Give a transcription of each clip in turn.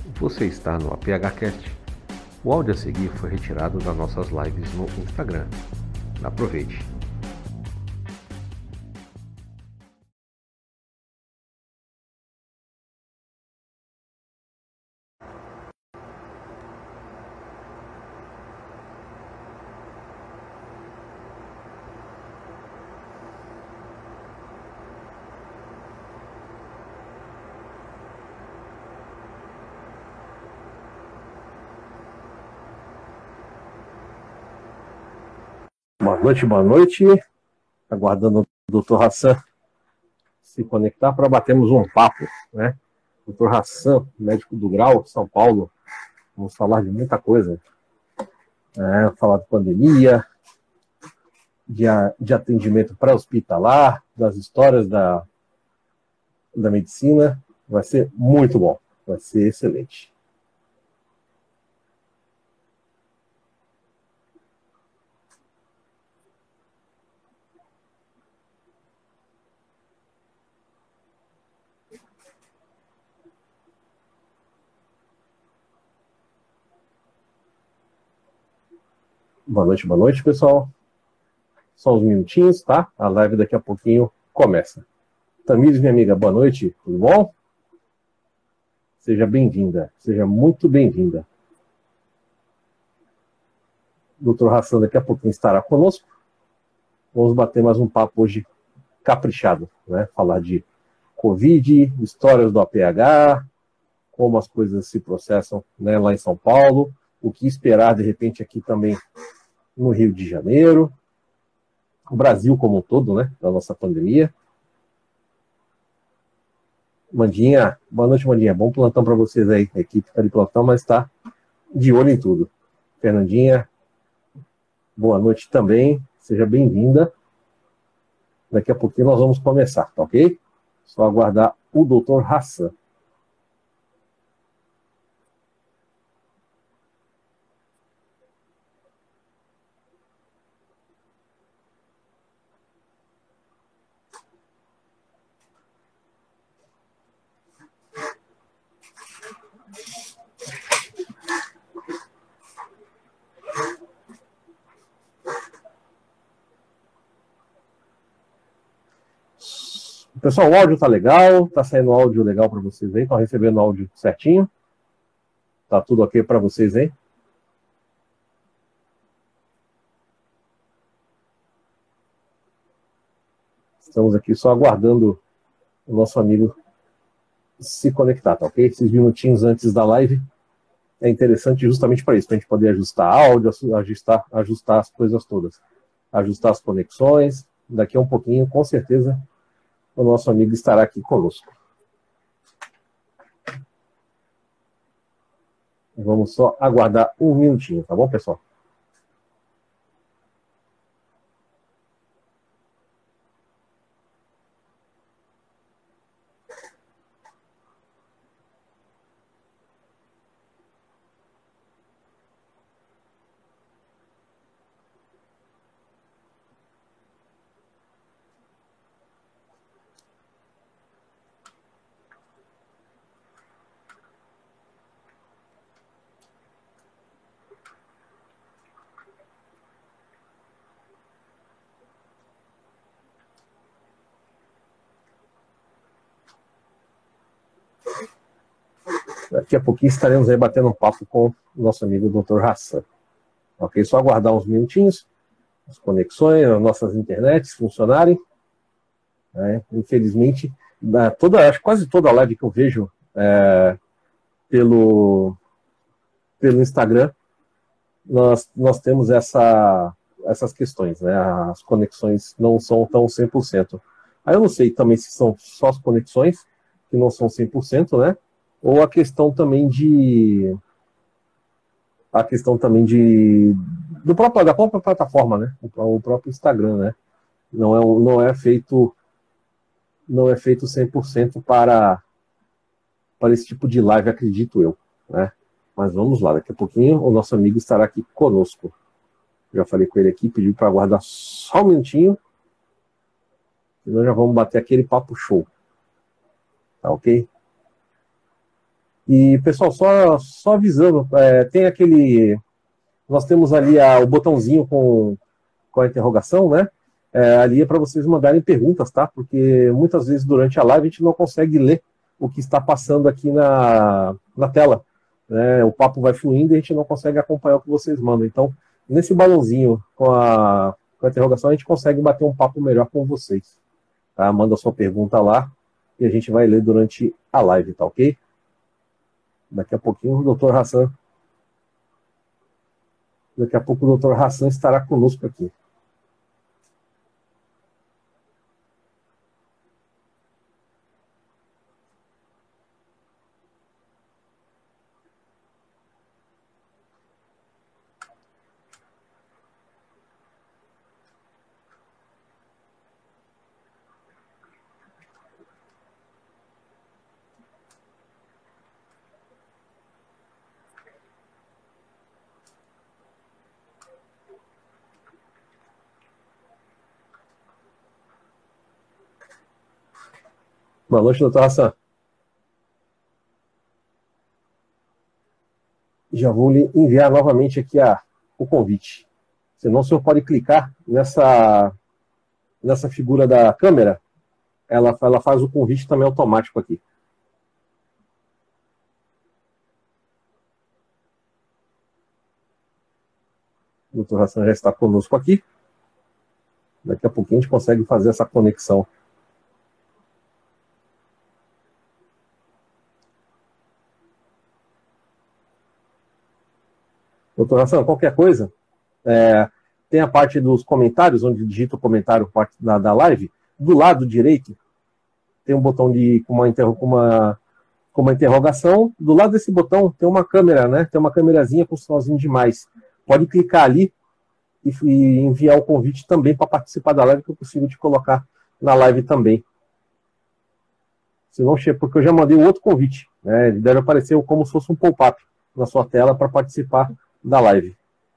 Você está no APHcast. O áudio a seguir foi retirado das nossas lives no Instagram. Aproveite. Boa noite. Aguardando o Dr. Hassan se conectar para batermos um papo, né? Dr. Hassan, médico do Grau, São Paulo. Vamos falar de muita coisa. Falar de pandemia, de atendimento pré-hospitalar, das histórias da medicina. Vai ser muito bom. Vai ser excelente. Boa noite, pessoal. Só uns minutinhos, tá? A live daqui a pouquinho começa. Tamires, minha amiga, boa noite. Tudo bom? Seja bem-vinda. Seja muito bem-vinda. Dr. Hassan daqui a pouquinho estará conosco. Vamos bater mais um papo hoje caprichado, né? Falar de Covid, histórias do APH, como as coisas se processam, né, lá em São Paulo, o que esperar de repente aqui também no Rio de Janeiro, o Brasil como um todo, né, da nossa pandemia. Mandinha, boa noite, Mandinha. Bom plantão para vocês aí. A equipe está de plantão, mas está de olho em tudo. Fernandinha, boa noite também. Seja bem-vinda. Daqui a pouquinho nós vamos começar, tá ok? Só aguardar o Dr. Hassan. Pessoal, o áudio tá legal, tá saindo áudio legal para vocês aí, estão recebendo áudio certinho? Tá tudo ok para vocês aí? Estamos aqui só aguardando o nosso amigo se conectar, tá ok? Esses minutinhos antes da live é interessante justamente para isso, para a gente poder ajustar áudio, ajustar as coisas todas, ajustar as conexões. Daqui a um pouquinho, com certeza, o nosso amigo estará aqui conosco. Vamos só aguardar um minutinho, tá bom, pessoal? Daqui a pouquinho estaremos aí batendo um papo com o nosso amigo Dr. Hassan. Ok? Só aguardar uns minutinhos, as conexões, as nossas internets funcionarem. Né? Infelizmente, acho que quase toda a live que eu vejo pelo Instagram, nós temos essas questões, né? As conexões não são tão 100%. Aí eu não sei também se são só as conexões que não são 100%, né? Ou a questão também da própria plataforma, né? O próprio Instagram, né? Não é feito 100% para esse tipo de live, acredito eu, né? Mas vamos lá, daqui a pouquinho o nosso amigo estará aqui conosco. Já falei com ele aqui, pediu para aguardar só um minutinho, e nós já vamos bater aquele papo show. Tá ok? E, pessoal, só avisando, tem aquele... Nós temos ali o botãozinho com a interrogação, né? Ali é para vocês mandarem perguntas, tá? Porque muitas vezes durante a live a gente não consegue ler o que está passando aqui na tela, né? O papo vai fluindo e a gente não consegue acompanhar o que vocês mandam. Então, nesse balãozinho com a interrogação, a gente consegue bater um papo melhor com vocês. Tá? Manda sua pergunta lá e a gente vai ler durante a live, tá ok? Daqui a pouquinho o Dr. Hassan. Daqui a pouco o Dr. Hassan estará conosco aqui. Boa noite, doutor Hassan. Já vou lhe enviar novamente aqui o convite. Senão o senhor pode clicar nessa figura da câmera, ela faz o convite também automático aqui. O doutor Hassan já está conosco aqui. Daqui a pouquinho a gente consegue fazer essa conexão. Doutor Hassan, qualquer coisa, tem a parte dos comentários, onde digita o comentário parte da live. Do lado direito, tem um botão com uma interrogação. Do lado desse botão tem uma câmera, né? Tem uma câmerazinha com o sinalzinho de mais. Pode clicar ali e enviar o convite também para participar da live, que eu consigo te colocar na live também. Se não, porque eu já mandei um outro convite, né? Ele deve aparecer como se fosse um pop-up na sua tela para participar da live.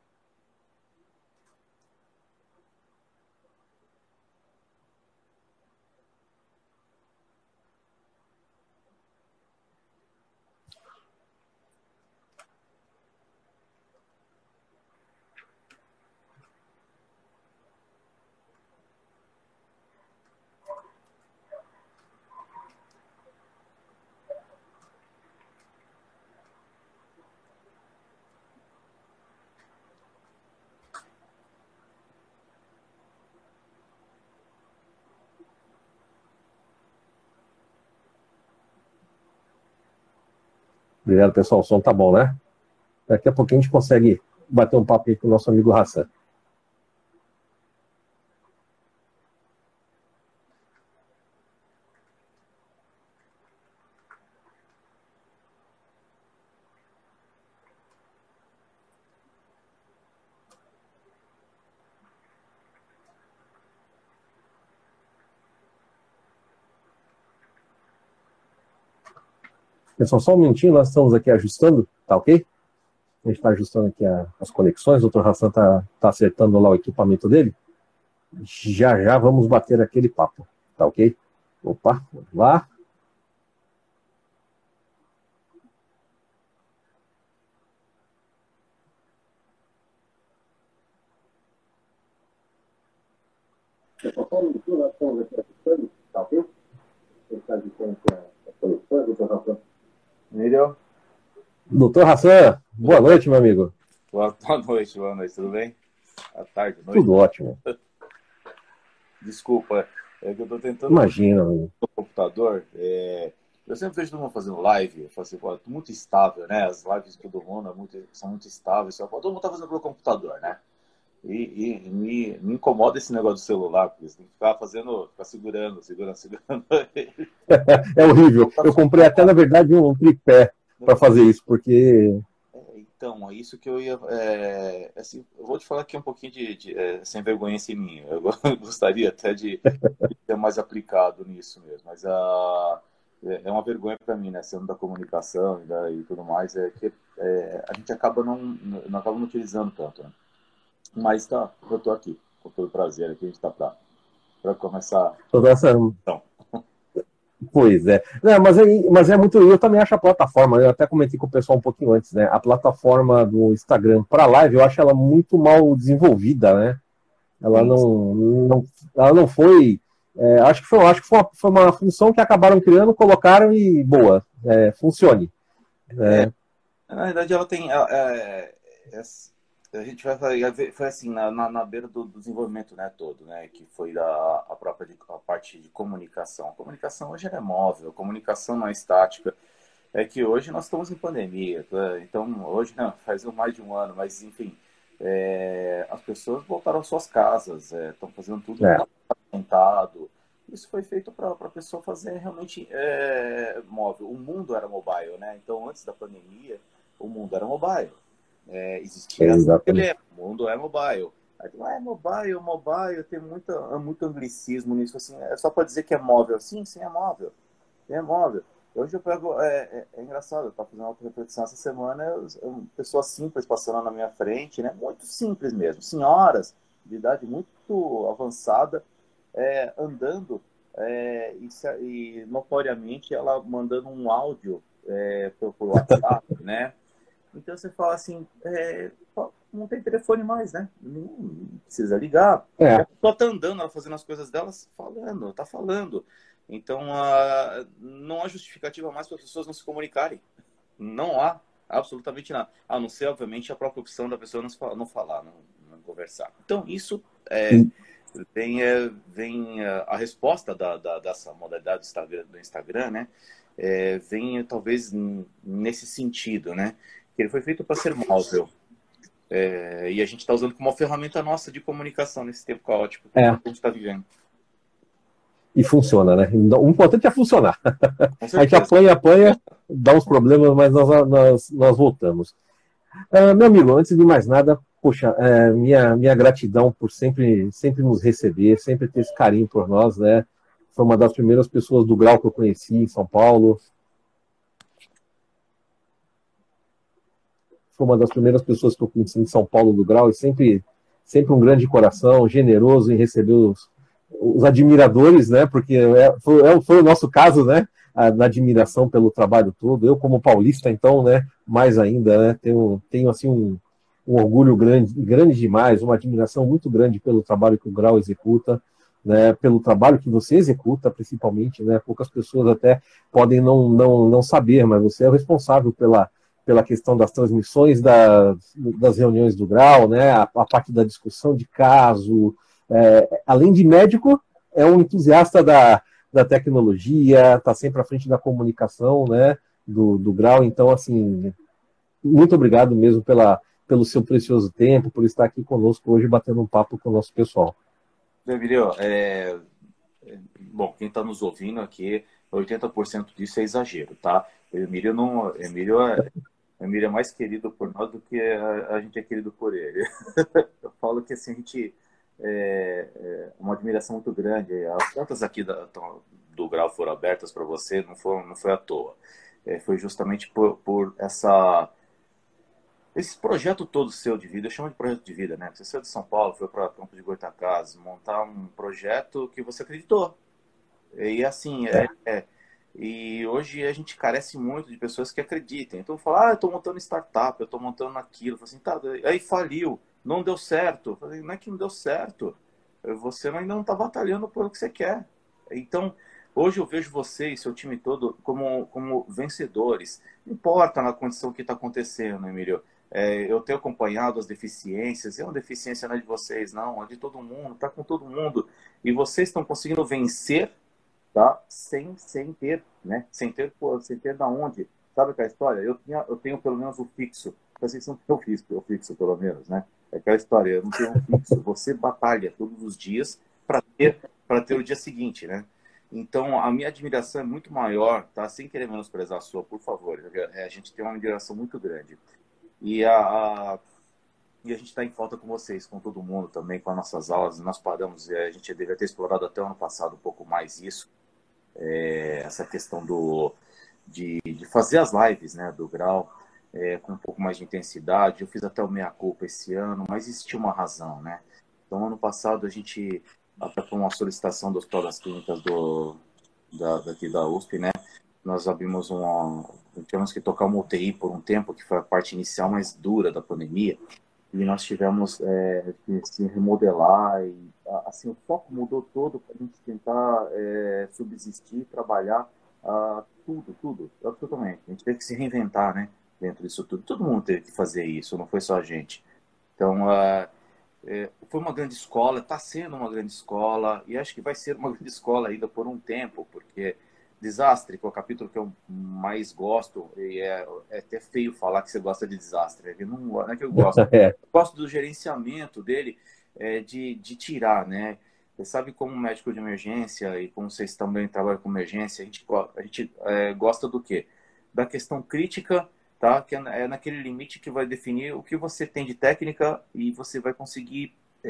Obrigado, pessoal. O som tá bom, né? Daqui a pouquinho a gente consegue bater um papo aí com o nosso amigo Hassan. Pessoal, só um minutinho, nós estamos aqui ajustando, tá ok? A gente está ajustando aqui as conexões, o Dr. Hassan está acertando lá o equipamento dele. Já já vamos bater aquele papo, tá ok? Opa, vamos lá. Pessoal, só um minutinho, nós estamos aqui ajustando, tá ok? A gente está ajustando aqui as conexões, Dr. Hassan. Emílio? Doutor Hassan, boa noite, meu amigo. Boa noite, tudo bem? À tarde, noite. Tudo ótimo. Desculpa, é que eu estou tentando... Imagina, amigo. No computador, eu sempre vejo todo mundo fazendo live, eu falo assim, pô, muito estável, né? As lives de todo mundo são muito estáveis, todo mundo está fazendo pelo computador, né? E me incomoda esse negócio do celular, porque você tem que ficar segurando. É horrível. Eu comprei até, na verdade, um tripé para fazer isso, porque... Então, é isso que eu ia... assim, eu vou te falar aqui um pouquinho sem vergonha em mim. Eu gostaria até de ser mais aplicado nisso mesmo, mas é uma vergonha para mim, né? Sendo da comunicação e tudo mais, que a gente acaba não utilizando tanto, né? Mas tá, eu tô aqui, com todo prazer, aqui a gente tá para começar. Doutor Hassan, então. Pois é. Não, mas é muito. Eu também acho a plataforma, eu até comentei com o pessoal um pouquinho antes, né? A plataforma do Instagram para live, eu acho ela muito mal desenvolvida, né? Ela Sim. ela não foi. Acho que foi uma função que acabaram criando, colocaram e boa, funcione. É, na verdade, ela tem. A gente vai falar, foi assim, na beira do desenvolvimento, né, todo, né, que foi a própria a parte de comunicação. A comunicação hoje ela é móvel, a comunicação não é estática. É que hoje nós estamos em pandemia, tá? Então hoje não, faz mais de um ano, mas enfim, as pessoas voltaram às suas casas, estão fazendo tudo É, sentado. Isso foi feito para a pessoa fazer realmente móvel. O mundo era mobile, né? Então antes da pandemia, o mundo era mobile. Existia exatamente. telefone, o mundo é mobile. Aí, mobile, tem muito anglicismo nisso, assim, é só para dizer que é móvel. Sim, sim, é móvel. É móvel. Hoje eu pego. É engraçado, eu estava fazendo uma reflexão essa semana, pessoas simples passando na minha frente, né? Muito simples mesmo. Senhoras de idade muito avançada, andando, e notoriamente ela mandando um áudio por WhatsApp, né? Então você fala assim, não tem telefone mais, né? Não precisa ligar. E É, a pessoa tá andando, ela fazendo as coisas delas, falando, tá falando. Então, não há justificativa mais para as pessoas não se comunicarem. Não há absolutamente nada. A não ser, obviamente, a própria opção da pessoa não falar, não conversar. Então, isso vem a resposta dessa modalidade do Instagram, né? Vem talvez nesse sentido, né? Que ele foi feito para ser móvel. E a gente está usando como uma ferramenta nossa de comunicação nesse tempo caótico que a é. gente está vivendo. E funciona, né? Então, o importante é funcionar. Com A gente certeza. apanha, dá uns problemas, mas nós voltamos. Meu amigo, antes de mais nada, poxa, minha gratidão por sempre nos receber, sempre ter esse carinho por nós, né? Foi uma das primeiras pessoas do grau que eu conheci em São Paulo. Foi uma das primeiras pessoas que eu conheci em São Paulo do grau e sempre um grande coração, generoso em receber os admiradores, né? Porque foi o nosso caso, né? Na admiração pelo trabalho todo. Eu, como paulista, então, né? Mais ainda, né? Tenho assim um orgulho grande demais, uma admiração muito grande pelo trabalho que o Grau executa, né? Pelo trabalho que você executa, principalmente, né? Poucas pessoas até podem não saber, mas você é o responsável pela questão das transmissões das reuniões do Grau, né? A parte da discussão de caso, além de médico, é um entusiasta da tecnologia, está sempre à frente da comunicação, né, do Grau. Então, assim, muito obrigado mesmo pelo seu precioso tempo, por estar aqui conosco hoje, batendo um papo com o nosso pessoal. Emílio, bom, quem está nos ouvindo aqui, 80% disso é exagero, tá? O Emílio, não, Emílio é mais querido por nós do que a gente é querido por ele. Eu falo que assim, a gente uma admiração muito grande. As portas aqui do Grau foram abertas para você, não foi à toa. Foi justamente por esse projeto todo seu de vida, eu chamo de projeto de vida, né? Você saiu de São Paulo, foi para Campo de Goytacazes, montar um projeto que você acreditou. E assim, e hoje a gente carece muito de pessoas que acreditem. Então fala, eu estou montando startup, eu estou montando aquilo. Eu falo assim, tá, aí faliu, não deu certo. Eu falei, não é que não deu certo, você ainda não está batalhando por o que você quer. Então, hoje eu vejo você e seu time todo como vencedores. Não importa na condição que está acontecendo, Emílio. Eu tenho acompanhado as deficiências, é uma deficiência não é de vocês, não, é de todo mundo, está com todo mundo. E vocês estão conseguindo vencer, tá? Sem ter, né? Sem ter da onde. Sabe aquela história? Eu tenho pelo menos o fixo. Vocês não têm o fixo, pelo menos, né? É aquela história, eu não tenho um fixo. Você batalha todos os dias para ter o dia seguinte, né? Então, a minha admiração é muito maior, tá? Sem querer menosprezar a sua, por favor. A gente tem uma admiração muito grande. E e a gente está em falta com vocês, com todo mundo também, com as nossas aulas. Nós paramos, a gente deveria ter explorado até o ano passado um pouco mais isso, essa questão de fazer as lives, né, do Grau, com um pouco mais de intensidade. Eu fiz até o meia-culpa esse ano, mas existia uma razão, né? Então, ano passado, a gente, até por uma solicitação do Hospital das Clínicas daqui da USP, né? Nós abrimos tivemos que tocar uma UTI por um tempo, que foi a parte inicial mais dura da pandemia, e nós tivemos que se remodelar, e assim, o foco mudou todo para a gente tentar subsistir, trabalhar, tudo, absolutamente. A gente teve que se reinventar, né, dentro disso tudo. Todo mundo teve que fazer isso, não foi só a gente. Então, foi uma grande escola, está sendo uma grande escola, e acho que vai ser uma grande escola ainda por um tempo, porque Desastre, que é o capítulo que eu mais gosto, e é até feio falar que você gosta de Desastre, não é que eu gosto. É. Eu gosto do gerenciamento dele, de tirar, né? Você sabe, como médico de emergência, e como vocês também trabalham com emergência, a gente gosta do quê? Da questão crítica, tá? Que é naquele limite que vai definir o que você tem de técnica, e você vai conseguir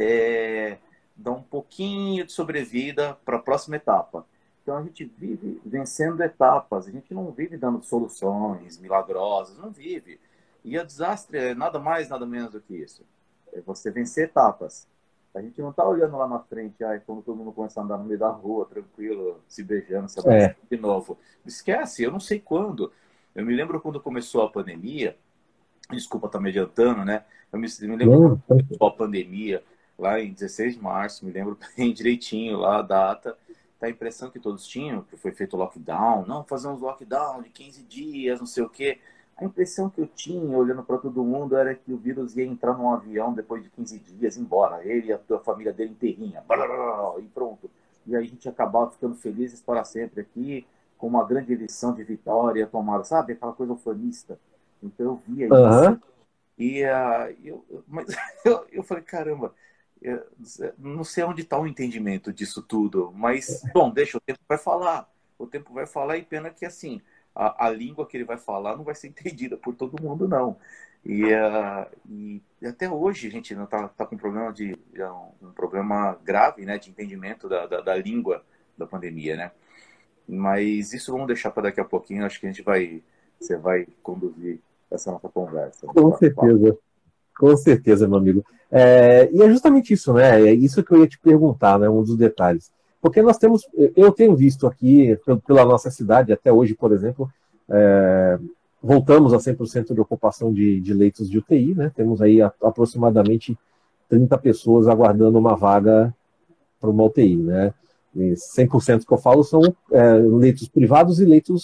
dar um pouquinho de sobrevida para a próxima etapa. Então a gente vive vencendo etapas, a gente não vive dando soluções milagrosas, não vive. E o desastre é nada mais, nada menos do que isso. É você vencer etapas. A gente não está olhando lá na frente, quando todo mundo começa a andar no meio da rua, tranquilo, se beijando, se abraçando de novo. Esquece, eu não sei quando. Eu me lembro quando começou a pandemia, desculpa estar me adiantando, né? Eu me lembro quando começou a pandemia, lá em 16 de março, me lembro bem direitinho lá a data. A impressão que todos tinham, que foi feito lockdown, não, fazer uns lockdown de 15 dias, não sei o quê. A impressão que eu tinha, olhando para todo mundo, era que o vírus ia entrar num avião depois de 15 dias, embora. Ele e a família dele inteirinha, e pronto. E aí a gente acabava ficando felizes para sempre aqui, com uma grande lição de vitória tomada, sabe? Aquela coisa ufanista. Então eu via isso. E mas eu falei, caramba, não sei onde está o entendimento disso tudo, mas, bom, deixa, o tempo vai falar. O tempo vai falar, e pena que, assim, a língua que ele vai falar não vai ser entendida por todo mundo, não. E até hoje a gente não está com um problema grave, né, de entendimento da língua da pandemia, né? Mas isso vamos deixar para daqui a pouquinho. Acho que você vai conduzir essa nossa conversa. Com certeza. Com certeza, meu amigo. E é justamente isso, né? É isso que eu ia te perguntar, né? Um dos detalhes. Porque eu tenho visto aqui, pela nossa cidade, até hoje, por exemplo, voltamos a 100% de ocupação de leitos de UTI, né? Temos aí aproximadamente 30 pessoas aguardando uma vaga para uma UTI, né? E 100% que eu falo são leitos privados e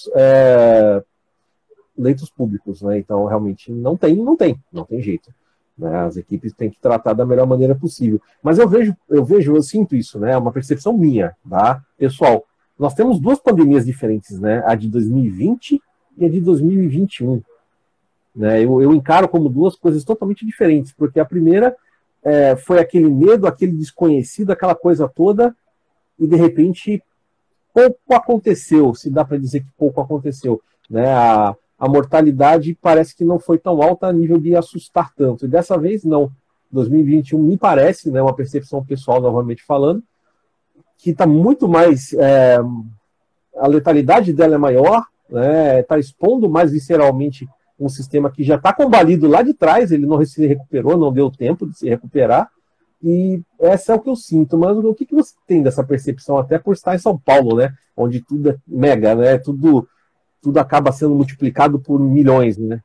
leitos públicos, né? Então, realmente, não tem jeito. Né? As equipes têm que tratar da melhor maneira possível. Mas eu sinto isso, né? É uma percepção minha, tá? Pessoal, nós temos duas pandemias diferentes, né? A de 2020 e a de 2021. Né? Eu encaro como duas coisas totalmente diferentes, porque a primeira foi aquele medo, aquele desconhecido, aquela coisa toda, e de repente pouco aconteceu, se dá para dizer que pouco aconteceu. Né? A mortalidade parece que não foi tão alta a nível de assustar tanto. E dessa vez, não. 2021 me parece, né, uma percepção pessoal, novamente falando, que está muito mais... a letalidade dela é maior, né, está expondo mais visceralmente um sistema que já está combalido lá de trás, ele não se recuperou, não deu tempo de se recuperar, e essa é o que eu sinto. Mas o que você tem dessa percepção, até por estar em São Paulo, né, onde tudo é mega, né, tudo acaba sendo multiplicado por milhões, né?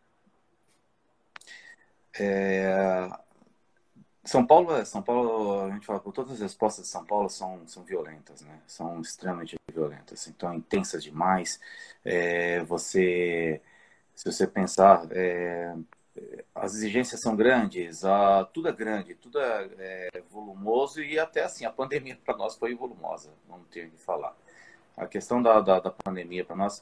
São Paulo, a gente fala, todas as respostas de São Paulo são violentas, né? São extremamente violentas. Então, intensas demais. Se você pensar, as exigências são grandes, tudo é grande, tudo é volumoso, e até assim, a pandemia para nós foi volumosa, não tenho o que falar. A questão da pandemia para nós,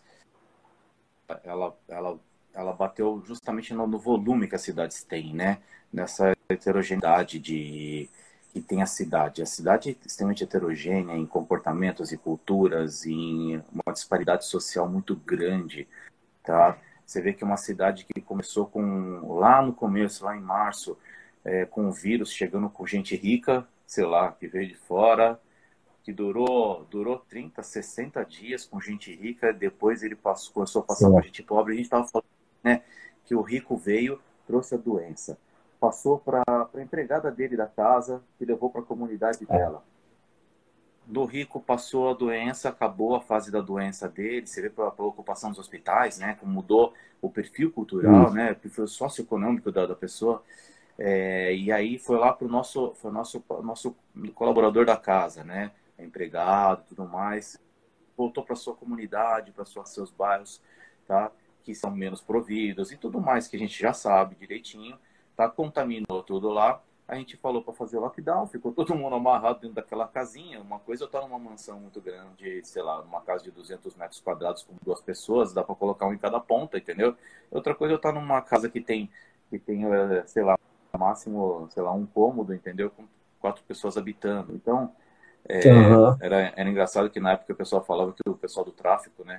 ela bateu justamente no volume que as cidades têm, né? Nessa heterogeneidade que tem a cidade. A cidade é extremamente heterogênea em comportamentos e culturas, em uma disparidade social muito grande, tá? Você vê que uma cidade que começou lá no começo, lá em março, com o vírus chegando com gente rica, sei lá, que veio de fora, que durou 30, 60 dias com gente rica, depois ele começou a passar para gente pobre. A gente estava falando, né, que o rico veio, trouxe a doença, passou para a empregada dele da casa, que levou para a comunidade dela. do Rico passou a doença, acabou a fase da doença dele, você vê pela ocupação dos hospitais, né, como mudou o perfil cultural, Isso. né, o perfil socioeconômico da pessoa, e aí foi lá para o nosso colaborador da casa, né, empregado e tudo mais, voltou para sua comunidade, para seus bairros, tá, que são menos providos e tudo mais que a gente já sabe direitinho, tá, contaminou tudo lá. A gente falou para fazer lockdown, ficou todo mundo amarrado dentro daquela casinha. Uma coisa eu estar numa mansão muito grande, sei lá, numa casa de 200 metros quadrados com 2 pessoas, dá para colocar um em cada ponta, entendeu? Outra coisa eu estar numa casa que tem, sei lá, máximo, sei lá, um cômodo, entendeu? Com 4 pessoas habitando. Então, Aham. era engraçado que na época o pessoal falava que o pessoal do tráfico, né?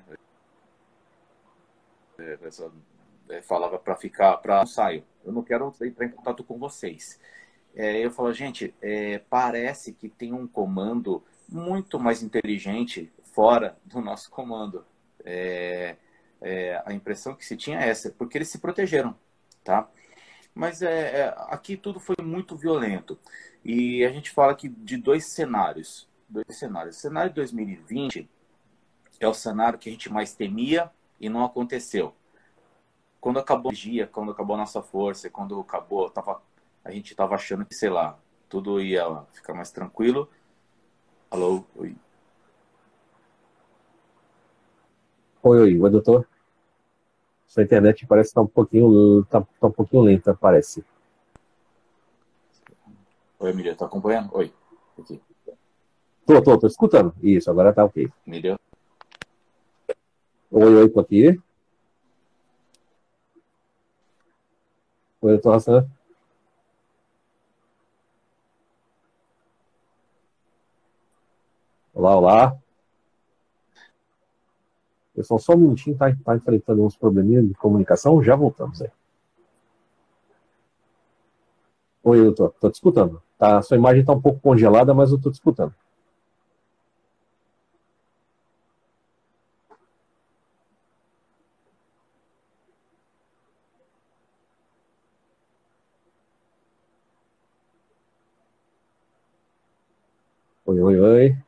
O pessoal, falava para não saio, eu não quero entrar em contato com vocês. Eu falo, gente, parece que tem um comando muito mais inteligente fora do nosso comando. A impressão que se tinha é essa, porque eles se protegeram, tá? Mas aqui tudo foi muito violento. E a gente fala aqui de dois cenários. Dois cenários. O cenário de 2020 é o cenário que a gente mais temia e não aconteceu. Quando acabou a energia, quando acabou a nossa força, quando acabou, a gente estava achando que, sei lá, tudo ia ficar mais tranquilo. Alô? Oi. Oi, doutor. Sua internet parece estar tá um pouquinho lenta, parece. Oi, Emília, tá acompanhando? Oi. Aqui. Tô escutando. Isso, agora tá ok. Emília? Oi, tô aqui. Oi, doutor Hassan. Olá. Pessoal, só um minutinho, tá enfrentando uns probleminhas de comunicação, já voltamos aí. Oi, doutor, tô te escutando. Tá, sua imagem tá um pouco congelada, mas eu tô te escutando. Oi.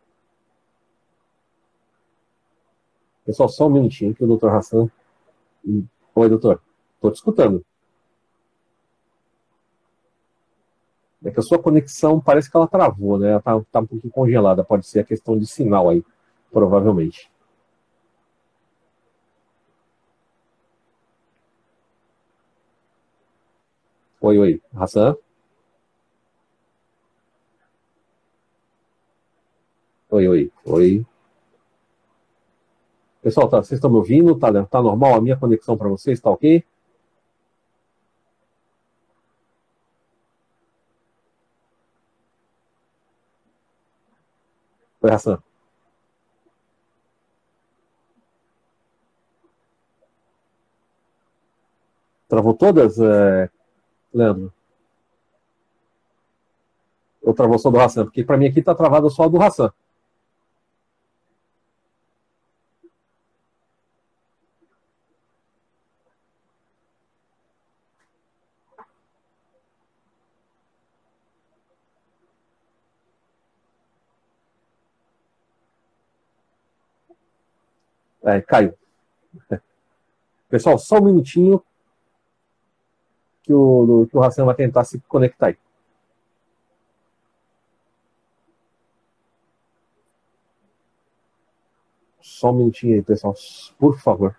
Pessoal, só um minutinho que o doutor Hassan... Oi, doutor, tô te escutando. É que a sua conexão parece que ela travou, né? Ela tá um pouquinho congelada. Pode ser a questão de sinal aí, provavelmente. Oi, Hassan? Oi. Pessoal, vocês estão me ouvindo? Tá normal a minha conexão para vocês? Tá ok? Oi, Hassan. Travou todas, Leandro? Ou travou só do Hassan? Porque para mim aqui tá travada só a do Hassan. Caiu. Pessoal, só um minutinho que o Hassan vai tentar se conectar aí. Só um minutinho aí, pessoal. Por favor.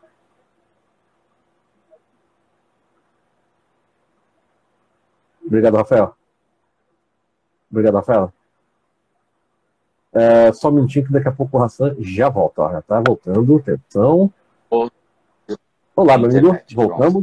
Obrigado, Rafael. Só um minutinho que daqui a pouco o Hassan já volta. Ó, já tá voltando. Atenção. Olá, meu amigo. Voltamos.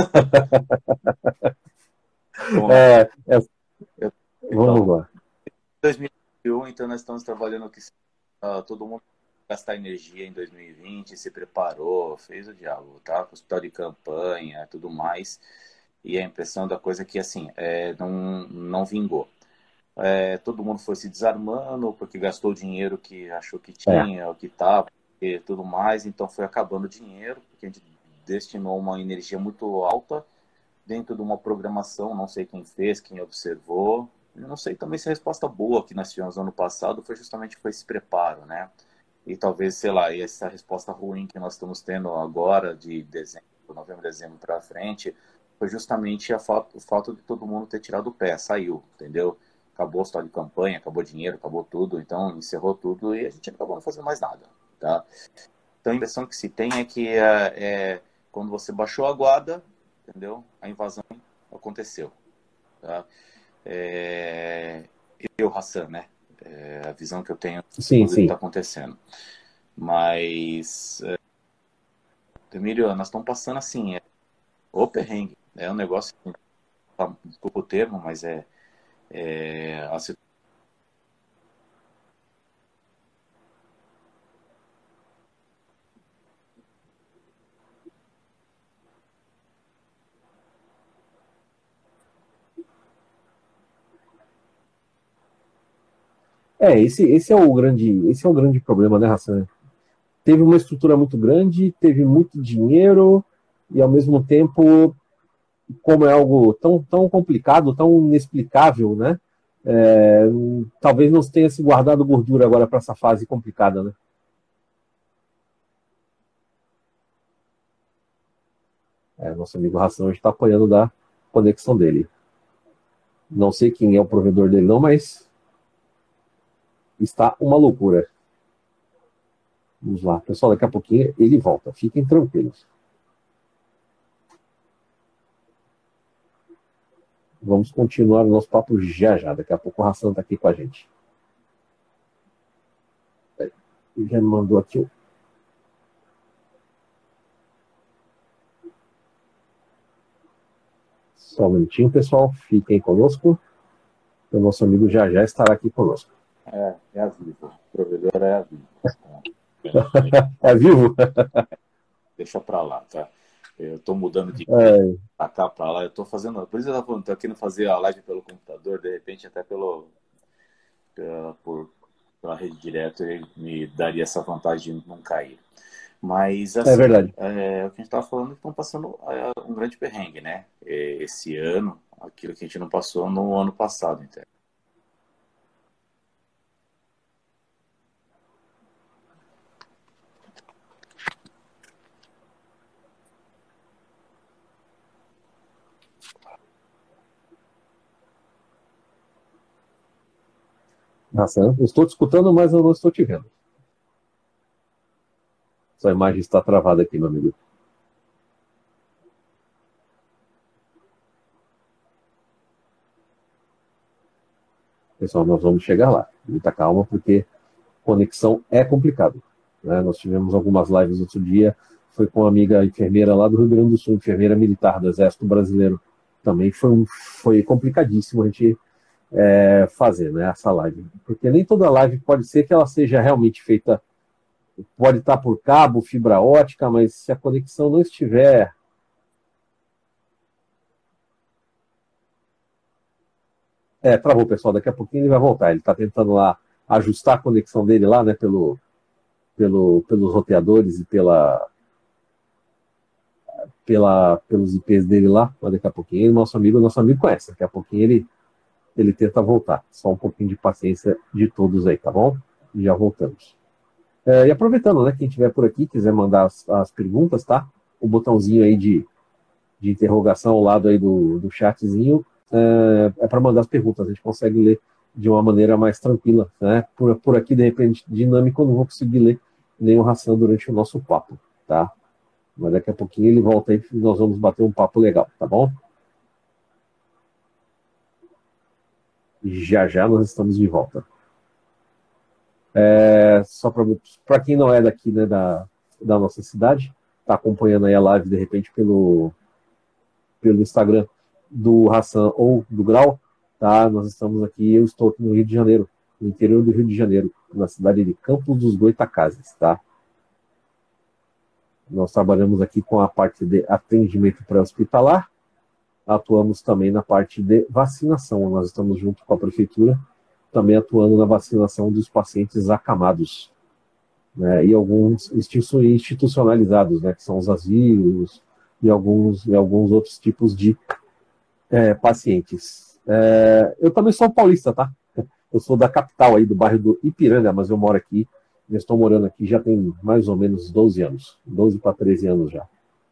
Vamos lá. 2021, então nós estamos trabalhando que todo mundo gastar energia em 2020, se preparou, fez o diabo, tá? Hospital de campanha, tudo mais. E a impressão da coisa é que, assim, não vingou. Todo mundo foi se desarmando porque gastou o dinheiro que achou que tinha, o que estava, e tudo mais. Então foi acabando o dinheiro, porque a gente destinou uma energia muito alta dentro de uma programação, não sei quem fez, quem observou, Eu não sei também se a resposta boa que nós tivemos no ano passado foi justamente esse preparo, né? E talvez, sei lá, essa resposta ruim que nós estamos tendo agora, de dezembro, novembro, dezembro para frente, foi justamente o fato de todo mundo ter tirado o pé, saiu, entendeu? Acabou a história de campanha, acabou o dinheiro, acabou tudo, então encerrou tudo e a gente acabou não fazendo mais nada, tá? Então a impressão que se tem é que quando você baixou a guarda, entendeu? A invasão aconteceu, tá? Hassan, né? A visão que eu tenho de tudo que está acontecendo. Mas, Emílio, nós estamos passando assim, o perrengue. É um negócio, desculpa o termo, mas a situação. Esse é o grande problema, né, Hassan? Teve uma estrutura muito grande, teve muito dinheiro, e ao mesmo tempo, como é algo tão complicado, tão inexplicável, né? Talvez não tenha se guardado gordura agora para essa fase complicada, né? Nosso amigo Hassan hoje está apanhando da conexão dele. Não sei quem é o provedor dele não, mas está uma loucura. Vamos lá, pessoal, daqui a pouquinho ele volta. Fiquem tranquilos. Vamos continuar o nosso papo já. Daqui a pouco o Hassan está aqui com a gente. Ele já me mandou aqui. Só um minutinho, pessoal. Fiquem conosco. O nosso amigo já estará aqui conosco. É a Vivo. O provedor é a Vivo. É Vivo? Deixa pra lá, tá? Eu tô mudando de pra cá, pra lá. Eu tô fazendo. Por isso eu tava falando, tô querendo fazer a live pelo computador, de repente até pela rede direta, ele me daria essa vantagem de não cair. Mas assim, é verdade. O que a gente estava falando, estão passando um grande perrengue, né? Esse ano, aquilo que a gente não passou no ano passado, entendeu? Hassan, eu estou te escutando, mas eu não estou te vendo. Sua imagem está travada aqui, meu amigo. Pessoal, nós vamos chegar lá. Muita calma, porque conexão é complicado, né? Nós tivemos algumas lives outro dia, foi com uma amiga enfermeira lá do Rio Grande do Sul, enfermeira militar do Exército Brasileiro. Também foi complicadíssimo a gente fazer, né, essa live. Porque nem toda live pode ser que ela seja realmente feita, pode estar por cabo, fibra ótica, mas se a conexão não estiver... Travou, pessoal, daqui a pouquinho ele vai voltar. Ele está tentando lá ajustar a conexão dele lá, né, pelos roteadores e pelos IPs dele lá, mas daqui a pouquinho nosso amigo conhece, daqui a pouquinho ele tenta voltar. Só um pouquinho de paciência de todos aí, tá bom? E já voltamos. E aproveitando, né, quem estiver por aqui, quiser mandar as perguntas, tá? O botãozinho aí de interrogação ao lado aí do chatzinho é para mandar as perguntas, a gente consegue ler de uma maneira mais tranquila, né? Por aqui, de repente, dinâmico, eu não vou conseguir ler nem o Hassan durante o nosso papo, tá? Mas daqui a pouquinho ele volta aí e nós vamos bater um papo legal, tá bom? Já nós estamos de volta. Só para quem não é daqui, né, da nossa cidade, está acompanhando aí a live, de repente, pelo Instagram do Hassan ou do Grau, tá? Nós estamos aqui, eu estou aqui no Rio de Janeiro, no interior do Rio de Janeiro, na cidade de Campos dos Goytacazes, tá? Nós trabalhamos aqui com a parte de atendimento pré-hospitalar, atuamos também na parte de vacinação, nós estamos junto com a prefeitura, também atuando na vacinação dos pacientes acamados, né, e alguns institucionalizados, né, que são os asilos e alguns outros tipos de pacientes. Eu também sou paulista, tá? Eu sou da capital aí, do bairro do Ipiranga, mas eu moro aqui. Eu estou morando aqui já tem mais ou menos 12 anos. 12 para 13 anos já.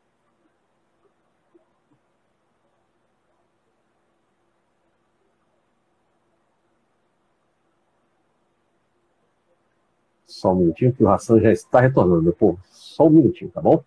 Só um minutinho, que o Hassan já está retornando, meu povo. Só um minutinho, tá bom?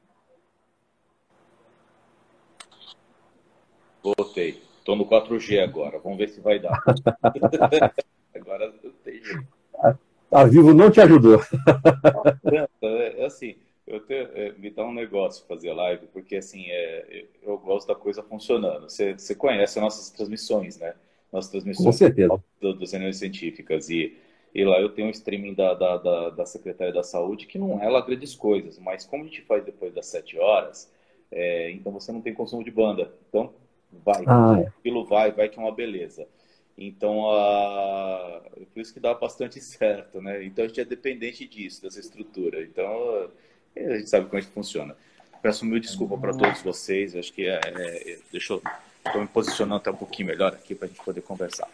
Voltei. Estou no 4G agora. Vamos ver se vai dar. Agora não tem jeito. A Vivo não te ajudou. É assim, me dá um negócio fazer live, porque assim, eu gosto da coisa funcionando. Você conhece as nossas transmissões, né? Nossas Com transmissões certeza. das reuniões científicas. E lá eu tenho um streaming da Secretaria da Saúde que não ela grandes coisas, mas como a gente faz depois das 7 horas, então você não tem consumo de banda. Então, vai. Aquilo vai que é uma beleza. Então, por isso que dá bastante certo, né? Então, a gente é dependente disso, dessa estrutura. Então, a gente sabe como é que funciona. Peço mil desculpas para todos vocês. Acho que estou me posicionando até um pouquinho melhor aqui para a gente poder conversar.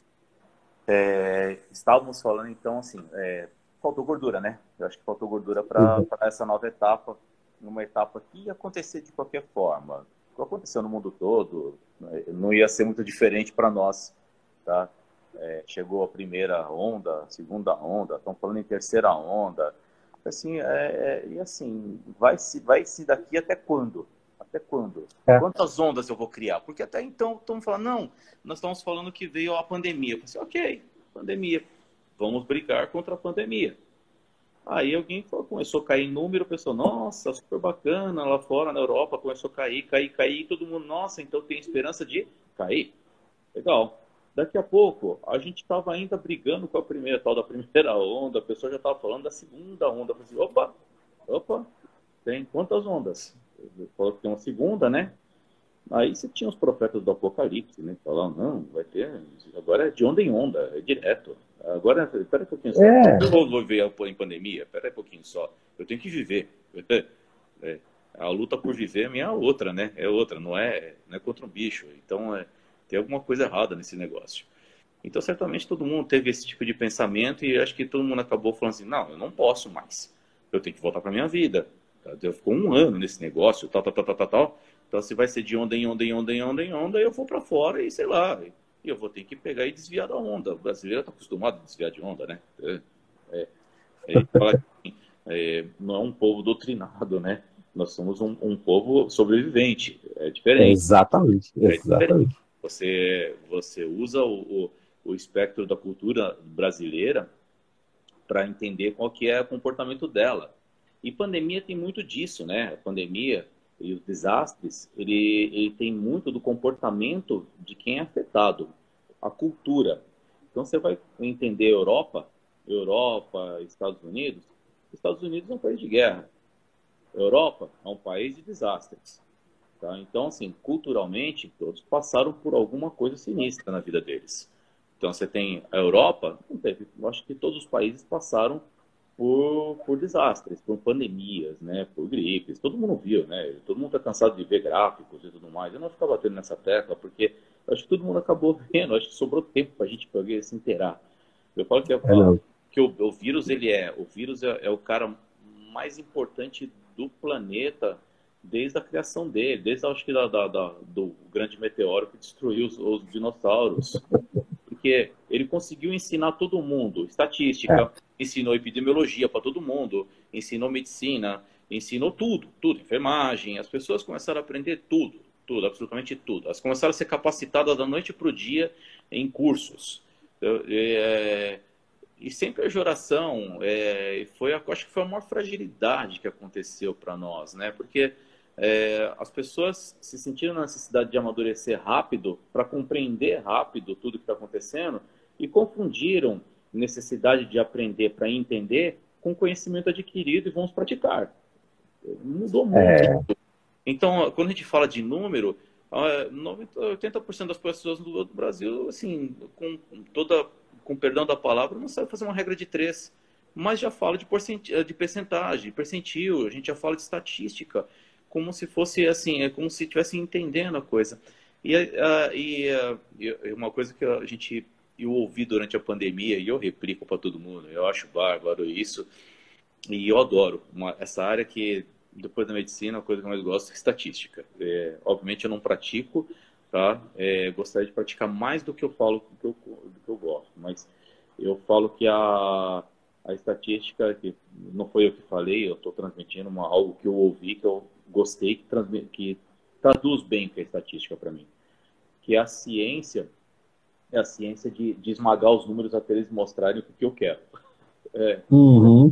Estávamos falando, então, assim, faltou gordura, né? Eu acho que faltou gordura para essa nova etapa, numa etapa que ia acontecer de qualquer forma. O que aconteceu no mundo todo, não ia ser muito diferente para nós. Tá? Chegou a primeira onda, a segunda onda, estão falando em terceira onda. Assim, e assim, vai se daqui até quando? Até quando? Quantas ondas eu vou criar? Porque até então estamos falando, não, nós estamos falando que veio a pandemia. Eu falei assim, ok, pandemia, vamos brigar contra a pandemia. Aí alguém começou a cair em número, pessoal, nossa, super bacana, lá fora na Europa começou a cair, todo mundo, nossa, então tem esperança de cair. Legal. Daqui a pouco, a gente estava ainda brigando com a tal da primeira onda, a pessoa já estava falando da segunda onda. Eu falei assim, opa, tem quantas ondas? Falou que tem uma segunda, né? Aí você tinha os profetas do Apocalipse, né? Falavam, não, vai ter, agora é de onda em onda, é direto. Agora, espera um pouquinho só, eu vou viver em pandemia, espera um pouquinho só, eu tenho que viver. A luta por viver é minha outra, né? É outra, não é contra um bicho. Então, tem alguma coisa errada nesse negócio. Então, certamente, todo mundo teve esse tipo de pensamento e acho que todo mundo acabou falando assim, não, eu não posso mais. Eu tenho que voltar para minha vida. Eu ficou um ano nesse negócio, tal. Então, se vai ser de onda em onda, eu vou para fora e sei lá. E eu vou ter que pegar e desviar da onda. O brasileiro está acostumado a desviar de onda, né? Não é um povo doutrinado, né? Nós somos um povo sobrevivente. É diferente. Exatamente. Diferente. Você usa o espectro da cultura brasileira para entender qual que é o comportamento dela. E pandemia tem muito disso, né? A pandemia e os desastres, ele tem muito do comportamento de quem é afetado, a cultura. Então você vai entender Europa, Estados Unidos. Estados Unidos é um país de guerra. Europa é um país de desastres. Tá? Então, assim, culturalmente, todos passaram por alguma coisa sinistra na vida deles. Então, você tem a Europa, não teve, eu acho que todos os países passaram por desastres, por pandemias, né, por gripes. Todo mundo viu, né? Todo mundo está cansado de ver gráficos e tudo mais. Eu não vou ficar batendo nessa tecla, porque eu acho que todo mundo acabou vendo, eu acho que sobrou tempo para a gente poder se inteirar. Eu falo que o vírus, o vírus é o cara mais importante do planeta desde a criação dele, desde acho que do grande meteoro que destruiu os dinossauros. Porque ele conseguiu ensinar todo mundo estatística, ensinou epidemiologia para todo mundo, ensinou medicina, ensinou tudo, enfermagem. As pessoas começaram a aprender tudo, absolutamente tudo. Elas começaram a ser capacitadas da noite para o dia em cursos. E sem pejoração, acho que foi a maior fragilidade que aconteceu para nós, né? Porque as pessoas se sentiram na necessidade de amadurecer rápido, para compreender rápido tudo que está acontecendo, e confundiram necessidade de aprender para entender com conhecimento adquirido e vamos praticar. Mudou muito. Então, quando a gente fala de número, 80% das pessoas do Brasil, assim, com perdão da palavra, não sabe fazer uma regra de 3, mas já fala de percentagem, percentil, a gente já fala de estatística, como se fosse assim, como se estivesse entendendo a coisa. E uma coisa que eu ouvi durante a pandemia, e eu replico para todo mundo, eu acho bárbaro isso, e eu adoro essa área que, depois da medicina, a coisa que eu mais gosto é estatística. Obviamente eu não pratico, tá? Gostaria de praticar mais do que eu falo, do que eu gosto, mas eu falo que a estatística, que não foi eu que falei, eu estou transmitindo algo que eu ouvi, que eu gostei, que traduz bem o que é estatística para mim, que é a ciência de esmagar os números até eles mostrarem o que eu quero. Uhum.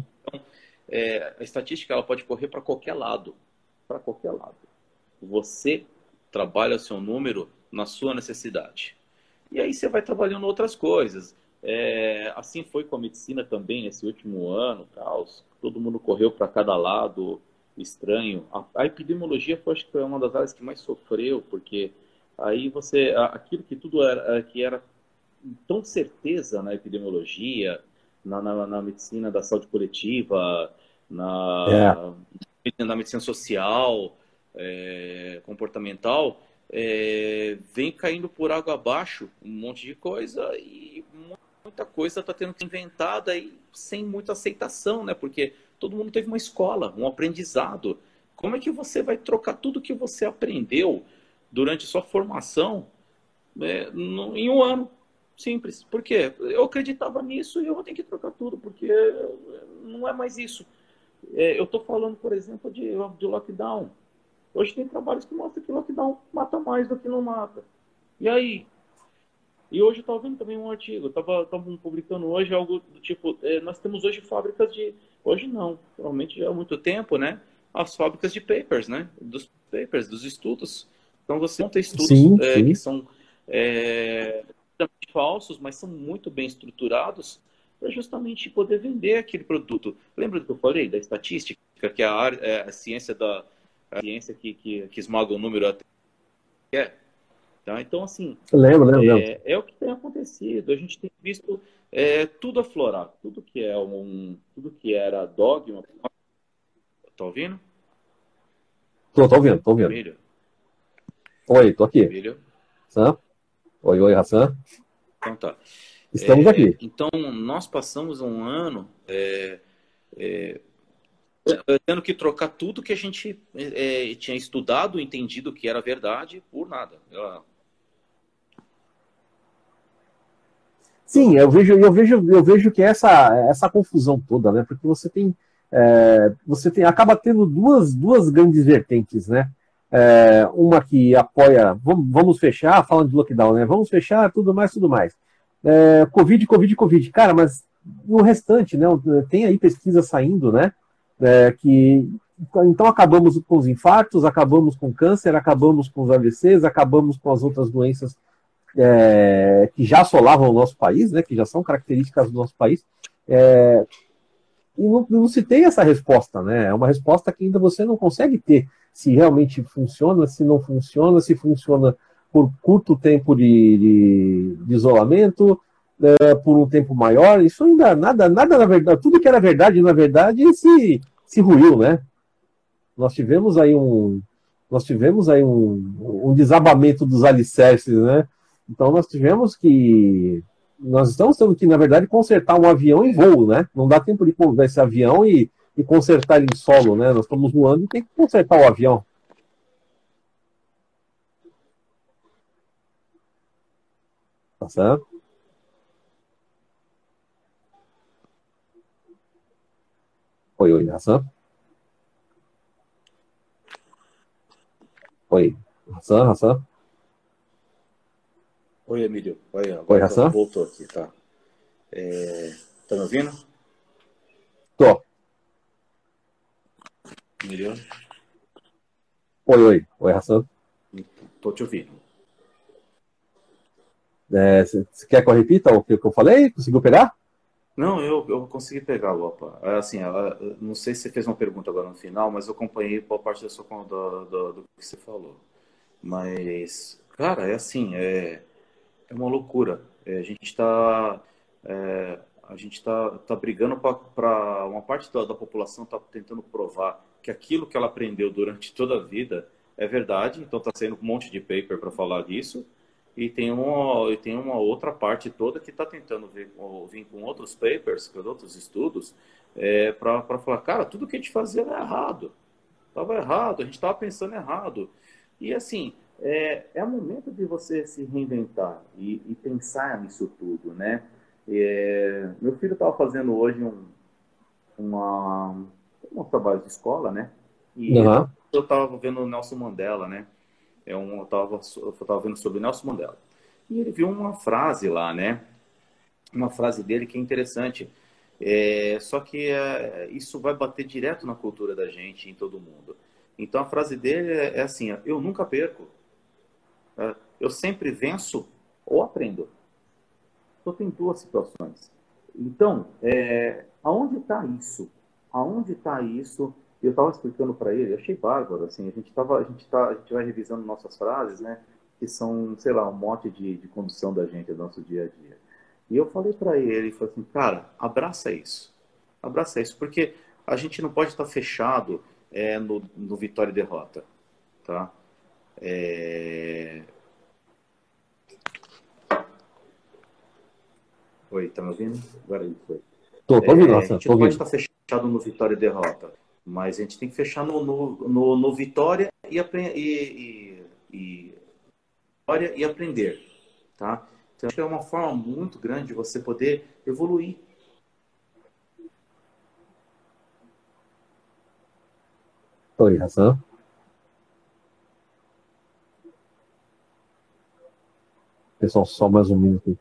A estatística ela pode correr para qualquer lado, para qualquer lado. Você trabalha o seu número na sua necessidade. E aí você vai trabalhando outras coisas. Assim foi com a medicina também, esse último ano, caos. Todo mundo correu para cada lado, estranho. A epidemiologia foi, acho que foi uma das áreas que mais sofreu, porque aí aquilo que tudo era, que era tão certeza na epidemiologia, na medicina da saúde coletiva, É. na medicina social, comportamental, vem caindo por água abaixo um monte de coisa e muita coisa está tendo que ser inventada e sem muita aceitação, né? Porque todo mundo teve uma escola, um aprendizado. Como é que você vai trocar tudo que você aprendeu durante sua formação em um ano? Simples. Por quê? Eu acreditava nisso e eu vou ter que trocar tudo, porque não é mais isso. Eu estou falando, por exemplo, de lockdown. Hoje tem trabalhos que mostram que lockdown mata mais do que não mata. E aí? E hoje eu estava vendo também um artigo, estavam publicando hoje algo do tipo, nós temos hoje fábricas de... Hoje não, realmente já há muito tempo, né? As fábricas de papers, né? Dos papers, dos estudos. Então você não tem estudos Sim, que sim. são falsos, mas são muito bem estruturados para justamente poder vender aquele produto. Lembra do que eu falei da estatística, que é a ciência a ciência que esmaga o número até. Tá? Então, assim, Lembro. é o que tem acontecido. A gente tem visto tudo aflorar, tudo que era dogma. Tá ouvindo? Tô ouvindo. Emílio? Oi, tô aqui. Emílio? Hassan? Oi, Hassan. Então tá. Estamos aqui. Então, nós passamos um ano tendo que trocar tudo que a gente tinha estudado, entendido que era verdade, por nada. Sim, eu vejo que essa confusão toda, né? Porque você acaba tendo duas grandes vertentes, né? Uma que apoia, vamos fechar, falando de lockdown, né? Vamos fechar, tudo mais, tudo mais. Covid. Cara, mas no restante, né? Tem aí pesquisa saindo, né? Então acabamos com os infartos, acabamos com o câncer, acabamos com os AVCs, acabamos com as outras doenças que já assolavam o nosso país, né, que já são características do nosso país, e não se tem essa resposta, né? É uma resposta que ainda você não consegue ter se realmente funciona, se não funciona, se funciona por curto tempo de isolamento, por um tempo maior. Isso ainda nada na verdade, tudo que era verdade, na verdade, se ruiu, né? Nós tivemos aí um desabamento dos alicerces, né? Então nós estamos tendo que, na verdade, consertar um avião em voo, né? Não dá tempo de consertar esse avião e consertar ele em solo, né? Nós estamos voando e tem que consertar o avião. Tá certo? Oi, Hassan? Oi, Hassan? Oi, Emílio. Oi, Hassan? Voltou aqui, tá? Tá me ouvindo? Tô. Emílio? Oi, Hassan? Tô te ouvindo. Você quer que eu repita o que eu falei? Conseguiu pegar? Não, eu consegui pegar, Lopa. Assim, não sei se você fez uma pergunta agora no final, mas eu acompanhei boa parte do que você falou. Mas, cara, é uma loucura. A gente tá brigando para uma parte da população tá tentando provar que aquilo que ela aprendeu durante toda a vida é verdade, então está saindo um monte de paper para falar disso, e tem uma outra parte toda que está tentando vir com outros papers, com outros estudos, para falar, cara, tudo que a gente fazia era errado, estava errado, a gente estava pensando errado. E assim, é o momento de você se reinventar e pensar nisso tudo, né? Meu filho estava fazendo hoje uma, um trabalho de escola, né? E Aham. eu estava vendo o Nelson Mandela, né? Eu tava vendo sobre Nelson Mandela. E ele viu uma frase lá, né? Uma frase dele que é interessante. Só que isso vai bater direto na cultura da gente, em todo mundo. Então a frase dele é assim: ó, eu nunca perco, eu sempre venço ou aprendo. Só tem duas situações. Então, aonde está isso? Aonde está isso? Eu estava explicando para ele, eu achei bárbaro, assim, a gente vai revisando nossas frases, né? Que são, sei lá, um mote de condução da gente, do nosso dia a dia. E eu falei para ele, falei assim, cara, abraça isso, porque a gente não pode estar fechado no vitória e derrota, tá? É... Oi, tá me ouvindo? Agora ele foi. Tô ouvindo, A Hassan, gente tô não pode ouvindo. estar fechado no vitória e derrota, mas a gente tem que fechar no vitória vitória e aprender, tá? Então, acho que é uma forma muito grande de você poder evoluir. Oi, Hassan. Pessoal, só mais um minuto.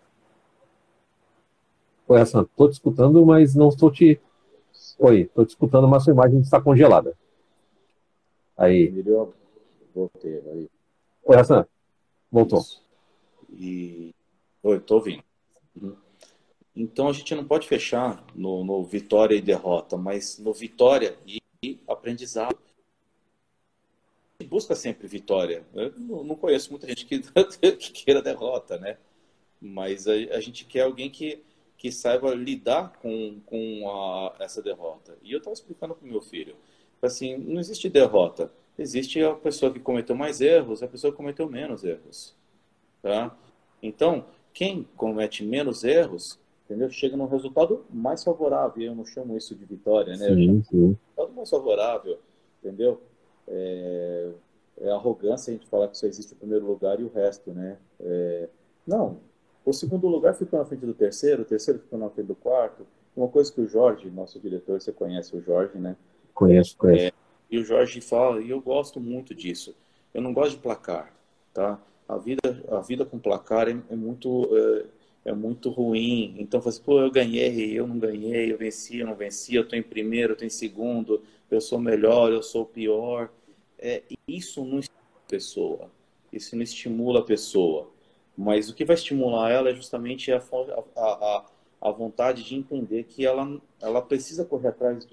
Oi, Hassan, tô te escutando, mas não estou te. Oi, tô te escutando, mas sua imagem está congelada. Aí. Melhor, voltei aí. Oi, Hassan, voltou. Isso. E... Oi, tô ouvindo. Uhum. Então, a gente não pode fechar no vitória e derrota, mas no vitória e aprendizado. Busca sempre vitória. Eu não conheço muita gente que queira derrota, né? Mas a gente quer alguém que saiba lidar com essa derrota. E eu estava explicando para o meu filho, assim, não existe derrota. Existe a pessoa que cometeu mais erros, a pessoa que cometeu menos erros, tá? Então, quem comete menos erros, entendeu? Chega num resultado mais favorável. Eu não chamo isso de vitória, né? Eu chamo Sim, sim. de resultado mais favorável, entendeu? É, é arrogância a gente falar que só existe o primeiro lugar e o resto, né? Não, o segundo lugar ficou na frente do terceiro, o terceiro ficou na frente do quarto. Uma coisa que o Jorge, nosso diretor, você conhece o Jorge, né? Conheço, conheço. E o Jorge fala, e eu gosto muito disso. Eu não gosto de placar, tá? A vida com placar é muito ruim. Então, você, pô, eu ganhei, eu não ganhei, eu venci, eu não venci, eu estou em primeiro, eu estou em segundo, eu sou melhor, eu sou pior. Isso não estimula a pessoa. Isso não estimula a pessoa. Mas o que vai estimular ela é justamente a vontade de entender que ela precisa correr atrás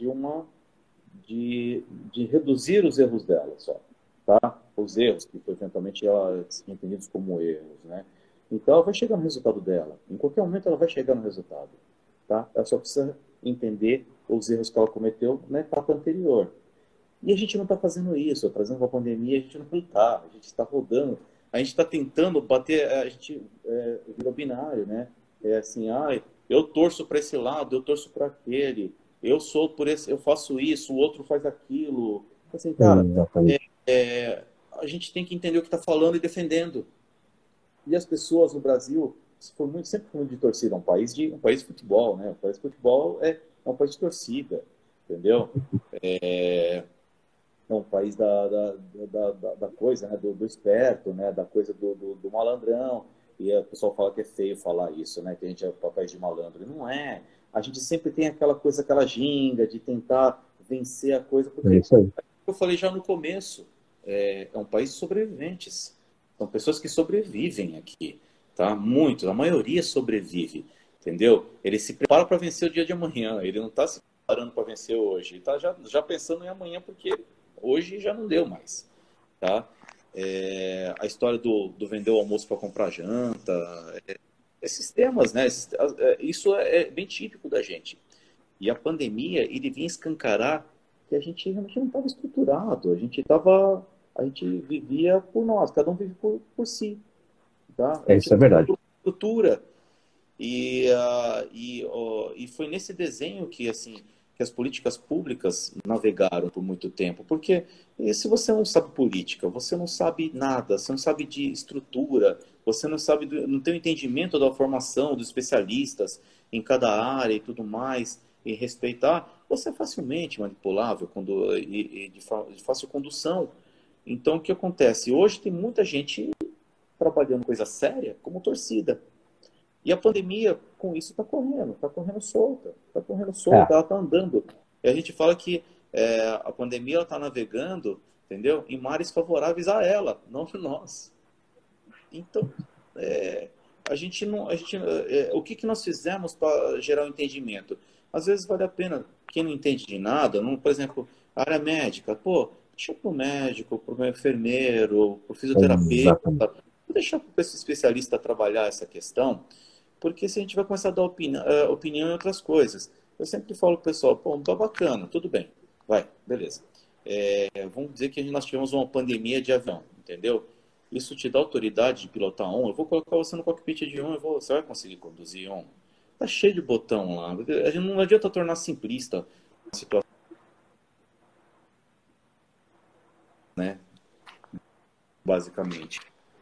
de reduzir os erros dela só, tá? Os erros que eventualmente ela são entendidos como erros, né? Então ela vai chegar no resultado dela. Em qualquer momento ela vai chegar no resultado, tá? Ela só precisa entender os erros que ela cometeu na etapa anterior. E a gente não está fazendo isso, trazendo com a pandemia, a gente não está, a gente está rodando, a gente está tentando bater, a gente virou binário, né? É assim, eu torço para esse lado, eu torço para aquele, eu sou por esse, eu faço isso, o outro faz aquilo. Assim, cara, Exatamente. a gente tem que entender o que está falando e defendendo. E as pessoas no Brasil sempre foi muito de torcida, um país de futebol, né? Um país de futebol é um país de torcida, entendeu? É um país da coisa, né? Do esperto, né? Da coisa do malandrão. E o pessoal fala que é feio falar isso, né? Que a gente é país de malandro. E não é. A gente sempre tem aquela coisa, aquela ginga de tentar vencer a coisa, É porque isso aí. eu falei já no começo, é um país de sobreviventes. São pessoas que sobrevivem aqui, tá? Muitos, a maioria sobrevive, entendeu? Ele se prepara para vencer o dia de amanhã. Ele não está se preparando para vencer hoje. Ele está já pensando em amanhã, porque hoje já não deu mais, tá? A história do vender o almoço para comprar janta, esses temas, né? Isso é bem típico da gente. E a pandemia, ele vinha escancarar que a gente realmente não estava estruturado, a gente estava a gente vivia por nós, cada um vive por si, tá? A É, gente isso é não tem verdade. estrutura. E foi nesse desenho que, assim, que as políticas públicas navegaram por muito tempo. Porque se você não sabe política, você não sabe nada, você não sabe de estrutura, você não sabe, não tem o entendimento da formação dos especialistas em cada área e tudo mais, e respeitar, você é facilmente manipulável e de fácil condução. Então, o que acontece? Hoje tem muita gente trabalhando coisa séria como torcida. E a pandemia, com isso, está correndo É, solta, ela está andando. E a gente fala que a pandemia está navegando, entendeu? Em mares favoráveis a ela, não a nós. Então, a gente não, o que que nós fizemos para gerar um entendimento? Às vezes vale a pena, quem não entende de nada, não, por exemplo, a área médica, pô, deixa para o médico, para o enfermeiro, para o fisioterapeuta, exatamente. deixa para esse especialista trabalhar essa questão, porque se a gente vai começar a dar opinião em outras coisas. Eu sempre falo pro pessoal, pô, tá bacana, tudo bem, vai, beleza. Vamos dizer que nós tivemos uma pandemia de avião, entendeu? Isso te dá autoridade de pilotar um. Eu vou colocar você no cockpit de um, você vai conseguir conduzir um. Tá cheio de botão lá. A gente não adianta tornar simplista a situação, né? Basicamente.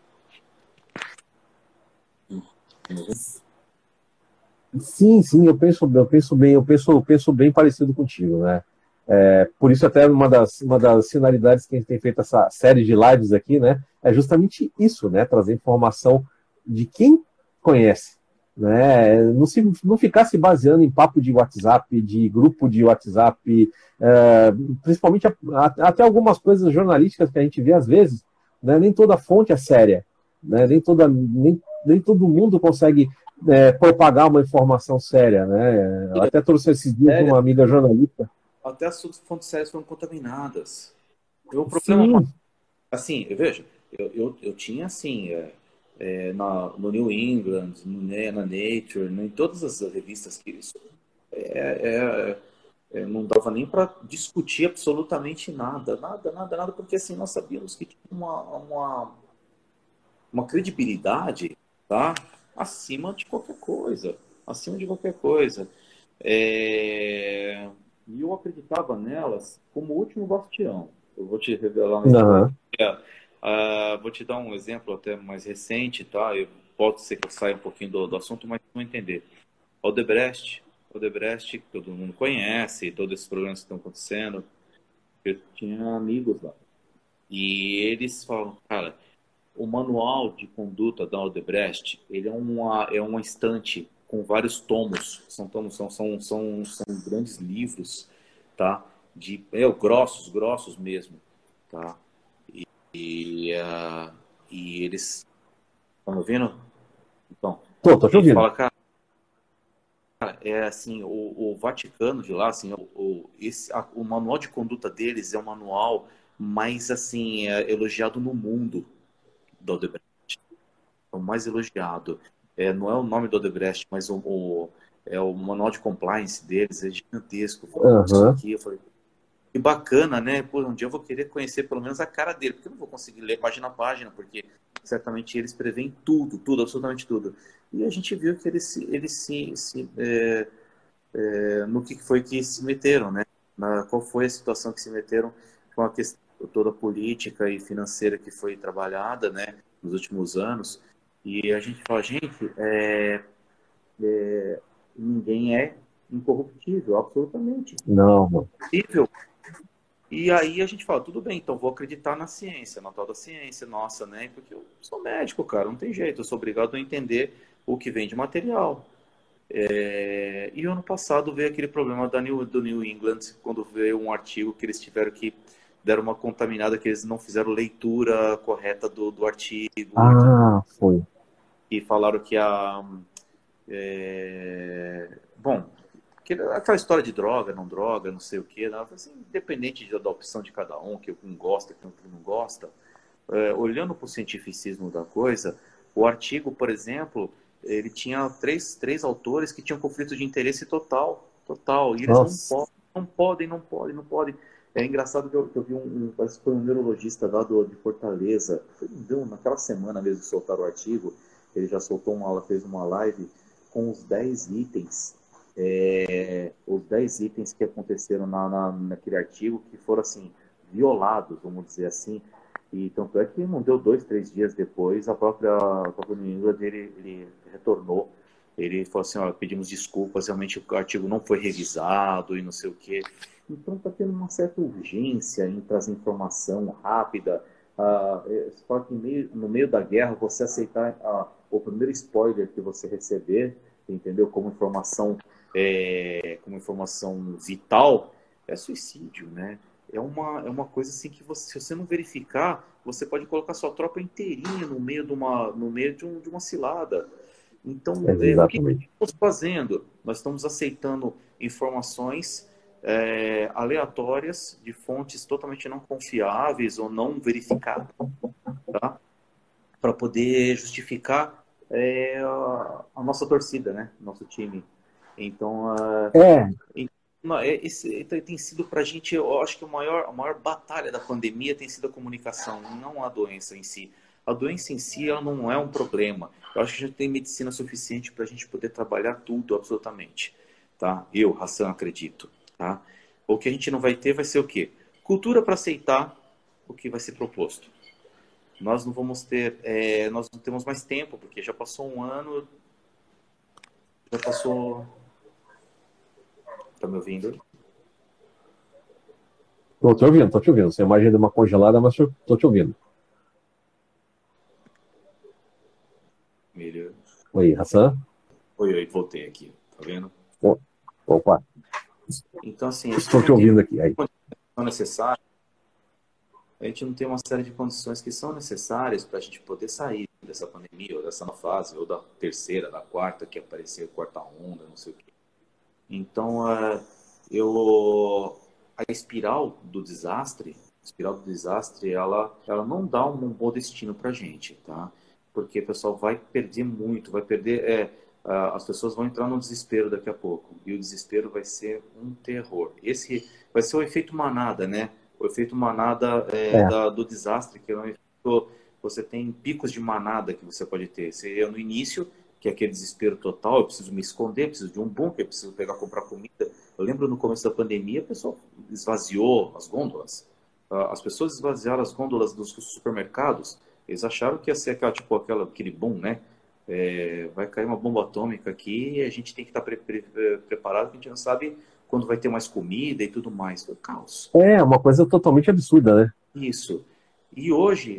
Sim, sim, eu penso bem parecido contigo, né? Por isso até uma das finalidades que a gente tem feito essa série de lives aqui, né, é justamente isso, né, trazer informação de quem conhece, né, não ficar se baseando em papo de WhatsApp, de grupo de WhatsApp, principalmente até algumas coisas jornalísticas que a gente vê às vezes, né, nem toda fonte é séria, né, nem todo mundo consegue propagar uma informação séria, né? Eu até trouxe esses dias Sério, uma amiga jornalista. até as fontes sérias foram contaminadas. O problema, Sim, assim, veja, eu tinha assim, no New England, na Nature, em todas as revistas que isso não dava nem para discutir absolutamente nada, nada, nada, nada, porque assim nós sabíamos que tinha uma credibilidade, tá, acima de qualquer coisa, acima de qualquer coisa. E eu acreditava nelas como último bastião. Eu vou te revelar uma história. aham, Vou te dar um exemplo até mais recente, tá? Pode ser que eu saia um pouquinho do assunto, mas vão entender. Odebrecht, Odebrecht, que todo mundo conhece, todos esses problemas que estão acontecendo. Eu tinha amigos lá. E eles falam, cara, o manual de conduta da Odebrecht, ele é uma estante com vários tomos. São tomos, são grandes livros, tá? Grossos mesmo, tá? E, e eles estão ouvindo? Então, tô te ele ouvindo. fala, cara, é assim, o Vaticano de lá, assim, o manual de conduta deles é o manual mais assim elogiado no mundo da Odebrecht, é o mais elogiado. Não é o nome do Odebrecht, mas é o manual de compliance deles, é gigantesco. Eu falo, isso Aham. aqui, eu falei, que bacana, né? Pô, um dia eu vou querer conhecer pelo menos a cara dele, porque eu não vou conseguir ler página a página, porque certamente eles preveem tudo, tudo, absolutamente tudo. E a gente viu que no que foi que se meteram, né? Qual foi a situação que se meteram com a questão toda política e financeira que foi trabalhada, né, nos últimos anos. E a gente fala, gente, ninguém é incorruptível, absolutamente Não, não. incorruptível. E aí a gente fala, tudo bem, então vou acreditar na ciência, na tal da ciência, nossa, né? Porque eu sou médico, cara, não tem jeito, eu sou obrigado a entender o que vem de material. E ano passado veio aquele problema do New England, quando veio um artigo que eles tiveram que deram uma contaminada, que eles não fizeram leitura correta do artigo e tudo. Ah, foi. E falaram que bom, aquela história de droga, não sei o quê, né? Assim, independente da opção de cada um, que um gosta, que outro não gosta, olhando para o cientificismo da coisa, o artigo, por exemplo, ele tinha três autores que tinham conflito de interesse total, total, e eles Nossa. não podem. É engraçado que eu vi parece que foi um neurologista lá de Fortaleza, deu naquela semana mesmo que soltaram o artigo, ele já soltou fez uma live com os 10 itens que aconteceram naquele artigo, que foram assim, violados, vamos dizer assim, e tanto é que não deu 2, 3 dias depois, a própria New England, ele retornou, ele falou assim, ó, pedimos desculpas, realmente o artigo não foi revisado e não sei o quê. Então está tendo uma certa urgência em trazer informação rápida. Você fala que no meio da guerra, você aceitar o primeiro spoiler que você receber, entendeu? Como informação vital, é suicídio, né? É uma coisa assim que se você não verificar, você pode colocar sua tropa inteirinha no meio de uma cilada. Então, o que Exatamente. estamos fazendo? Nós estamos aceitando informações aleatórias de fontes totalmente não confiáveis ou não verificadas, tá? Para poder justificar a nossa torcida, né? Nosso time. Então, É, esse tem sido para a gente, eu acho que a maior batalha da pandemia tem sido a comunicação, não a doença em si. A doença em si, ela não é um problema. Eu acho que a gente tem medicina suficiente para a gente poder trabalhar tudo, absolutamente. Tá? Eu, Hassan, acredito. Tá? O que a gente não vai ter vai ser o quê? Cultura para aceitar o que vai ser proposto. Nós não vamos ter, nós não temos mais tempo, porque já passou um ano, já passou... Tá me ouvindo? tô te ouvindo, tô te ouvindo. Você imagina uma congelada, mas tô te ouvindo. Melhor. Oi, Hassan? Oi, voltei aqui, tá vendo? Opa, Então, assim, a gente estou não te tem ouvindo aqui. Aí. condições necessárias, a gente não tem uma série de condições que são necessárias para a gente poder sair dessa pandemia, ou dessa nova fase, ou da terceira, da quarta, que apareceu, quarta onda, não sei o quê. Então, a espiral do desastre, ela não dá um bom destino para a gente, tá? Porque o pessoal vai perder muito, as pessoas vão entrar no desespero daqui a pouco, e o desespero vai ser um terror. Esse vai ser o efeito manada, né? O efeito manada É, do desastre, que é um efeito, você tem picos de manada que você pode ter. Seria no início, que é aquele desespero total, eu preciso me esconder, preciso de um bunker, preciso pegar, comprar comida. Eu lembro no começo da pandemia, o pessoal esvaziou as gôndolas. As pessoas esvaziaram as gôndolas dos supermercados. Eles acharam que ia ser aquele boom, né? Vai cair uma bomba atômica aqui e a gente tem que estar preparado, porque a gente não sabe quando vai ter mais comida e tudo mais. Foi caos. é uma coisa totalmente absurda, né? Isso. E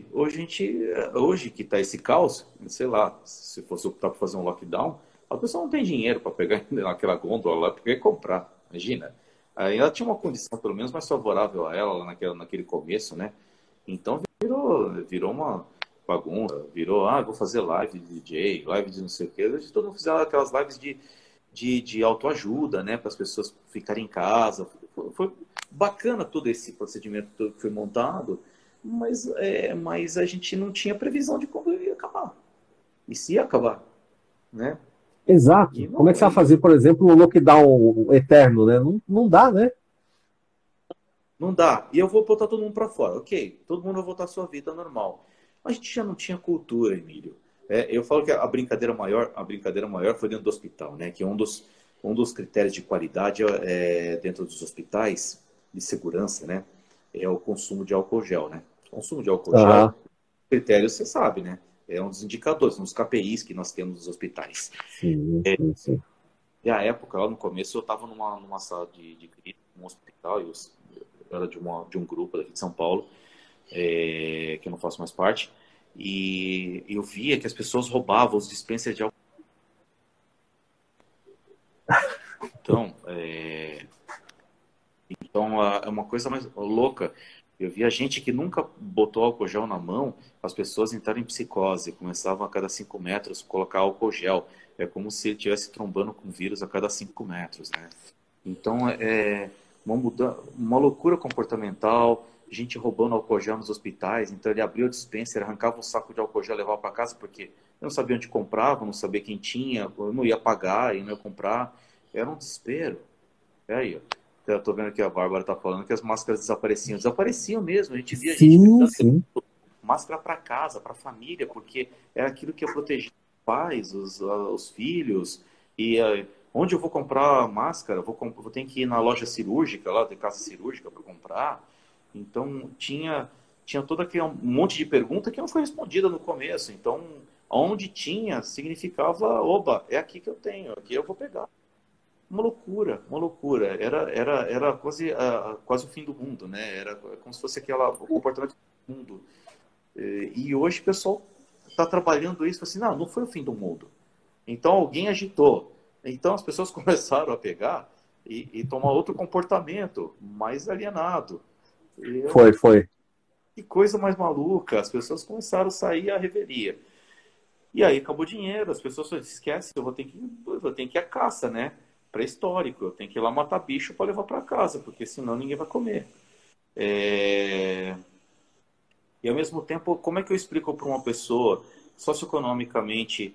hoje que está esse caos, sei lá, se fosse optar por fazer um lockdown, a pessoa não tem dinheiro para pegar naquela gôndola lá, porque comprar, imagina. Aí ela tinha uma condição pelo menos mais favorável a ela lá naquele começo, né? Então virou uma bagunça, vou fazer live de DJ, live de não sei o quê. Hoje todo mundo fizer aquelas lives de autoajuda, né? Para as pessoas ficarem em casa. Foi bacana todo esse procedimento todo que foi montado, mas a gente não tinha previsão de quando ia acabar. E se ia acabar, né? Exato. E Como é não, que você vai fazer, por exemplo, um lockdown eterno, né? Não dá, né? não dá. E eu vou botar todo mundo para fora. Ok, todo mundo vai voltar à sua vida normal. Mas a gente já não tinha cultura, Emílio. Eu falo que a brincadeira maior foi dentro do hospital, né? Que um dos critérios de qualidade dentro dos hospitais de segurança, né? É o consumo de álcool gel, né? O consumo de álcool gel, Aham. critério você sabe, né? É um dos indicadores, um dos KPIs que nós temos nos hospitais. Sim, sim, sim. E a época, lá no começo, eu estava numa sala de crise, num hospital, eu era de um grupo daqui de São Paulo, que eu não faço mais parte, e eu via que as pessoas roubavam os dispensers de álcool. Então, é uma coisa mais louca. Eu via gente que nunca botou álcool gel na mão, as pessoas entraram em psicose, começavam a cada 5 metros colocar álcool gel. É como se ele estivesse trombando com vírus a cada 5 metros, né? Então, uma loucura comportamental, gente roubando álcool gel nos hospitais. Então, ele abria o dispenser, arrancava um saco de álcool gel e levava para casa, porque eu não sabia onde comprava, não sabia quem tinha, eu não ia pagar e não ia comprar. Era um desespero. É aí, ó. Eu tô vendo que a Bárbara tá falando que as máscaras desapareciam. Desapareciam mesmo. A gente via gente Sim, pegando sim. máscara para casa, para a família, porque era aquilo que ia proteger os pais, os filhos. E onde eu vou comprar máscara? Vou ter que ir na loja cirúrgica, lá de casa cirúrgica, para comprar. Então, tinha todo aquele um monte de pergunta que não foi respondida no começo. Então, onde tinha, significava, oba, é aqui que eu tenho, aqui eu vou pegar. Uma loucura, uma loucura. Era quase, quase o fim do mundo, né? Era como se fosse o comportamento do mundo. E hoje o pessoal está trabalhando isso assim, não foi o fim do mundo. Então alguém agitou. Então as pessoas começaram a pegar e tomar outro comportamento mais alienado. Foi, foi. Que coisa mais maluca. As pessoas começaram a sair à revelia. E aí acabou o dinheiro, as pessoas só esquecem, eu vou ter que ir à caça, né? Pré-histórico, eu tenho que ir lá matar bicho para levar para casa, porque senão ninguém vai comer. É... E ao mesmo tempo, como é que eu explico para uma pessoa socioeconomicamente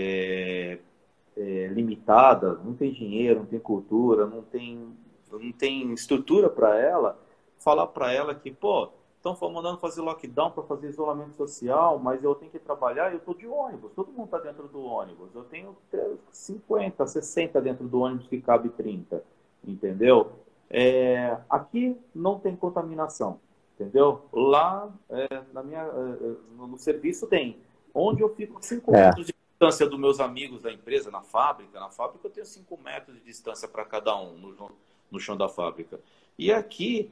limitada, não tem dinheiro, não tem cultura, não tem estrutura para ela, falar para ela que, pô, estão mandando fazer lockdown para fazer isolamento social, mas eu tenho que trabalhar e eu estou de ônibus, todo mundo está dentro do ônibus, eu tenho 50, 60 dentro do ônibus que cabe 30, entendeu? Aqui não tem contaminação, entendeu? Lá no serviço tem. Onde eu fico 5 É. metros de distância dos meus amigos da empresa, na fábrica eu tenho 5 metros de distância para cada um no chão da fábrica. E aqui,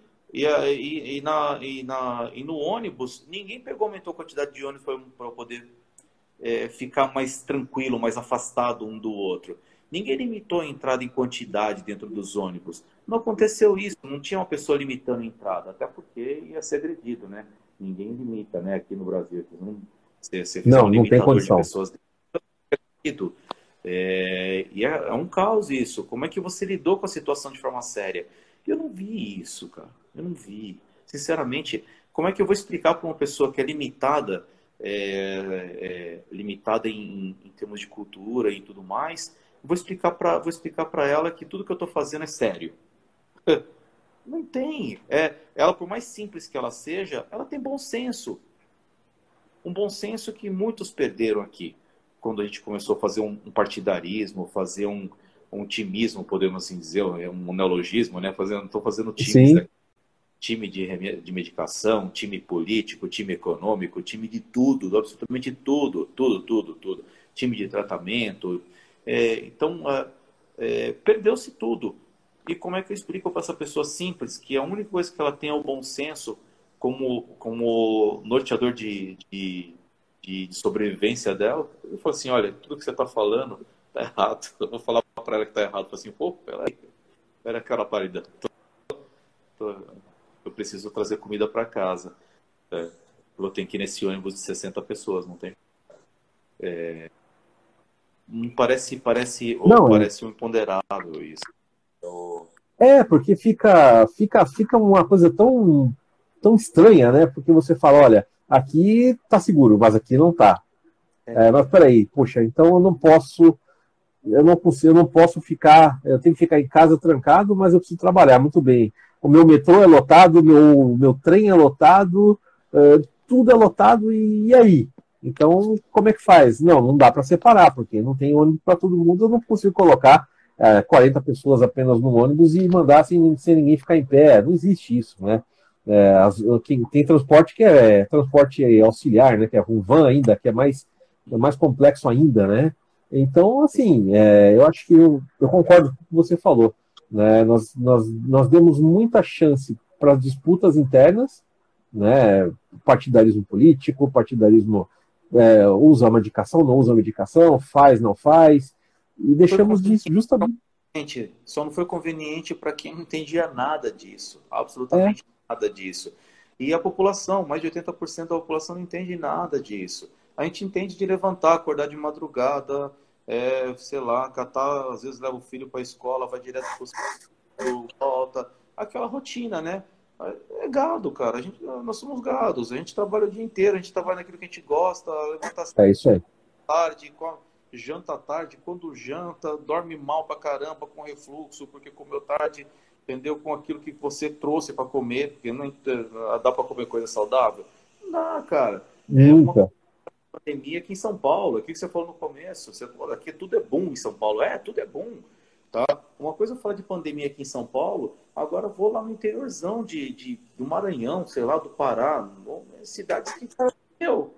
e no ônibus, ninguém aumentou a quantidade de ônibus para poder ficar mais tranquilo, mais afastado um do outro. Ninguém limitou a entrada em quantidade dentro dos ônibus. Não aconteceu isso, não tinha uma pessoa limitando a entrada, até porque ia ser agredido, né? Ninguém limita, né? Aqui no Brasil, você fizer um Não tem limitador de condição. pessoas dentro. E é um caos isso. Como é que você lidou com a situação de forma séria? Eu não vi isso, cara. Eu não vi. Sinceramente, como é que eu vou explicar para uma pessoa que é limitada, limitada em termos de cultura e tudo mais, vou explicar para ela que tudo que eu estou fazendo é sério? Não tem. Ela, por mais simples que ela seja, ela tem bom senso. Um bom senso que muitos perderam aqui, quando a gente começou a fazer um partidarismo, fazer um timismo, podemos assim dizer, um neologismo, né? Estou fazendo times Sim. aqui. Time de medicação, time político, time econômico, time de tudo, absolutamente tudo, tudo, tudo, tudo. Time de tratamento. Então, perdeu-se tudo. E como é que eu explico para essa pessoa simples que a única coisa que ela tem é o bom senso como norteador de sobrevivência dela? Eu falo assim, olha, tudo que você está falando está errado. Eu vou falar para ela que está errado. Eu falo assim, pô, peraí, pera aquela parida. Eu preciso trazer comida para casa. Eu tenho que ir nesse ônibus de 60 pessoas, não tem? Parece Não, um imponderável isso. porque fica uma coisa tão estranha, né? Porque você fala, olha, aqui tá seguro, mas aqui não tá. Mas peraí, poxa, então eu não posso ficar, eu tenho que ficar em casa trancado, mas eu preciso trabalhar, muito bem. O meu metrô é lotado, meu trem é lotado, tudo é lotado, e aí? Então, como é que faz? Não dá para separar, porque não tem ônibus para todo mundo, eu não consigo colocar 40 pessoas apenas no ônibus e mandar sem ninguém ficar em pé. Não existe isso, né? Tem transporte que é transporte auxiliar, né? Que é um van ainda, que é mais complexo ainda, né? Então, assim, eu acho que eu concordo com o que você falou. Né? Nós demos muita chance para as disputas internas, né? Partidarismo político, partidarismo usa a medicação, não usa a medicação, faz, não faz, e deixamos disso justamente. Só não foi conveniente para quem não entendia nada disso, absolutamente nada disso. E a população, mais de 80% da população não entende nada disso. A gente entende de levantar, acordar de madrugada, sei lá, catar, às vezes leva o filho para a escola, vai direto para o volta, aquela rotina, né? É gado, cara. Nós somos gados. A gente trabalha o dia inteiro, a gente trabalha naquilo que a gente gosta, levanta É isso aí. tarde, janta tarde, quando janta, dorme mal pra caramba com refluxo, porque comeu tarde. entendeu? Com aquilo que você trouxe para comer, porque não dá para comer coisa saudável. Não dá, cara. É uma Nunca. pandemia aqui em São Paulo, aquilo que você falou no começo, você falou, aqui tudo é bom em São Paulo. Tudo é bom, tá? Uma coisa eu falar de pandemia aqui em São Paulo, agora eu vou lá no interiorzão do Maranhão, sei lá, do Pará, cidades que, meu,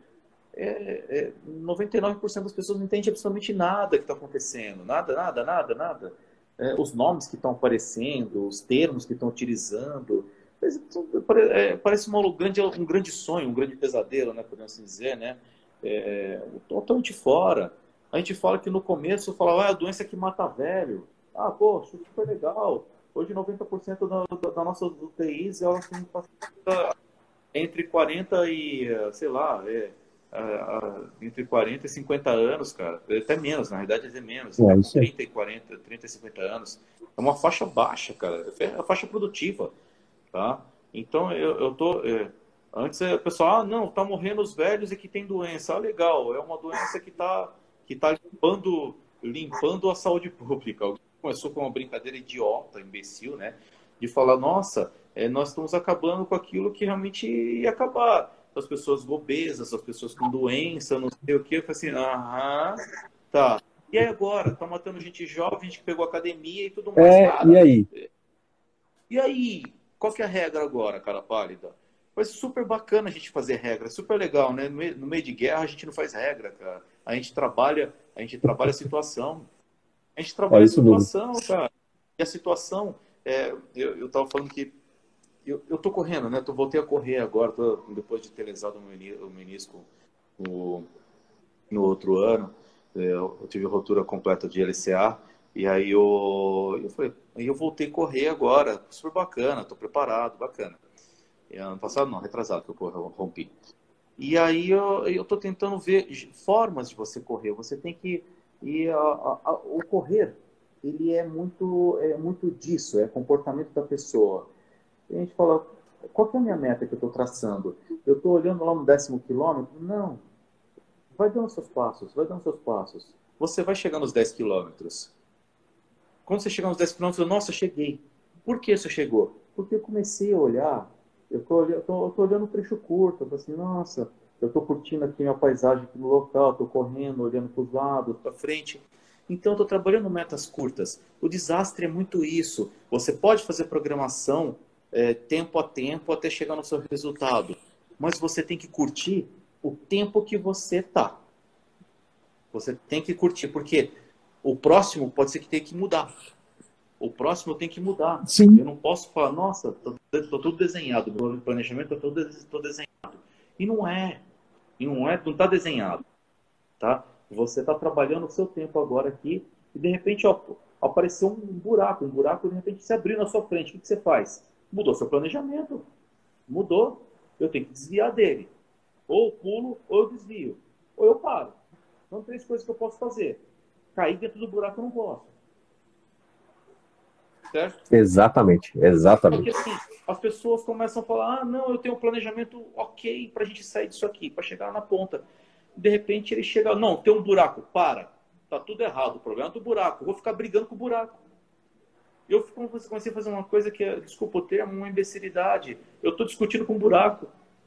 99% das pessoas não entendem absolutamente nada que está acontecendo. Nada, nada, nada, nada. Os nomes que estão aparecendo, os termos que estão utilizando. Parece um grande sonho, um grande pesadelo, né, podemos assim dizer, né? Totalmente fora. A gente fala que no começo falava, a doença que mata velho. Ah, poxa, super legal. Hoje 90% da nossa UTIs elas têm entre 40 e, sei lá, entre 40 e 50 anos, cara. Até menos, na realidade é menos. Isso aí. 30 e 40, 30 e 50 anos. É uma faixa baixa, cara. É a faixa produtiva, tá? Então, eu tô... antes o pessoal, não, tá morrendo os velhos e que tem doença. Ah, legal, é uma doença que tá limpando a saúde pública. Alguém começou com uma brincadeira idiota, imbecil, né? De falar, nossa, nós estamos acabando com aquilo que realmente ia acabar. As pessoas obesas, as pessoas com doença, não sei o que. Eu falei assim, aham, tá. E aí agora? Tá matando gente jovem, gente que pegou academia e tudo mais. Cara, e aí? E aí? Qual que é a regra agora, cara pálida? Foi super bacana a gente fazer regra, super legal, né? No meio de guerra a gente não faz regra, cara. A gente trabalha a situação. A gente trabalha a Isso mesmo. situação, cara. E a situação, eu tava falando que eu tô correndo, né? Voltei a correr agora, depois de ter lesado o menisco no outro ano. Eu tive rotura completa de LCA. E aí eu falei, eu voltei a correr agora, super bacana, tô preparado, bacana. E ano passado não, retrasado que eu rompi. E aí eu tô tentando ver formas de você correr. Você tem que o correr, ele é muito disso, é comportamento da pessoa. E a gente fala, qual que é a minha meta que eu estou traçando? Eu estou olhando lá no 10º quilômetro? Não. Vai dando seus passos, vai dando seus passos. Você vai chegar nos 10 quilômetros. Quando você chegar nos 10 quilômetros, nossa, cheguei. Por que você chegou? Porque eu comecei a olhar, eu tô olhando o trecho curto, eu tô assim, nossa, eu estou curtindo aqui minha paisagem aqui no local, estou correndo, olhando para os lados, para frente. Então, eu estou trabalhando metas curtas. O desastre é muito isso. Você pode fazer programação tempo a tempo até chegar no seu resultado. Mas você tem que curtir o tempo que você tá. Você tem que curtir, porque o próximo pode ser que tenha que mudar. O próximo tem que mudar. Sim. Eu não posso falar, nossa, tô tudo desenhado, meu planejamento tô desenhado. E não é. Não tá desenhado. Tá? Você está trabalhando o seu tempo agora aqui e de repente apareceu um buraco de repente se abriu na sua frente. O que você faz? Mudou seu planejamento. Mudou. Eu tenho que desviar dele. Ou eu pulo, ou eu desvio. Ou eu paro. São 3 coisas que eu posso fazer. Cair dentro do buraco eu não posso. Certo? Exatamente. Porque assim, as pessoas começam a falar, não, eu tenho um planejamento ok pra gente sair disso aqui, pra chegar na ponta. De repente ele chega, não, tem um buraco, para. Tá tudo errado, o problema é do buraco. Eu vou ficar brigando com o buraco. Eu comecei a fazer uma coisa que é, desculpa o termo, uma imbecilidade. Eu tô discutindo com o buraco.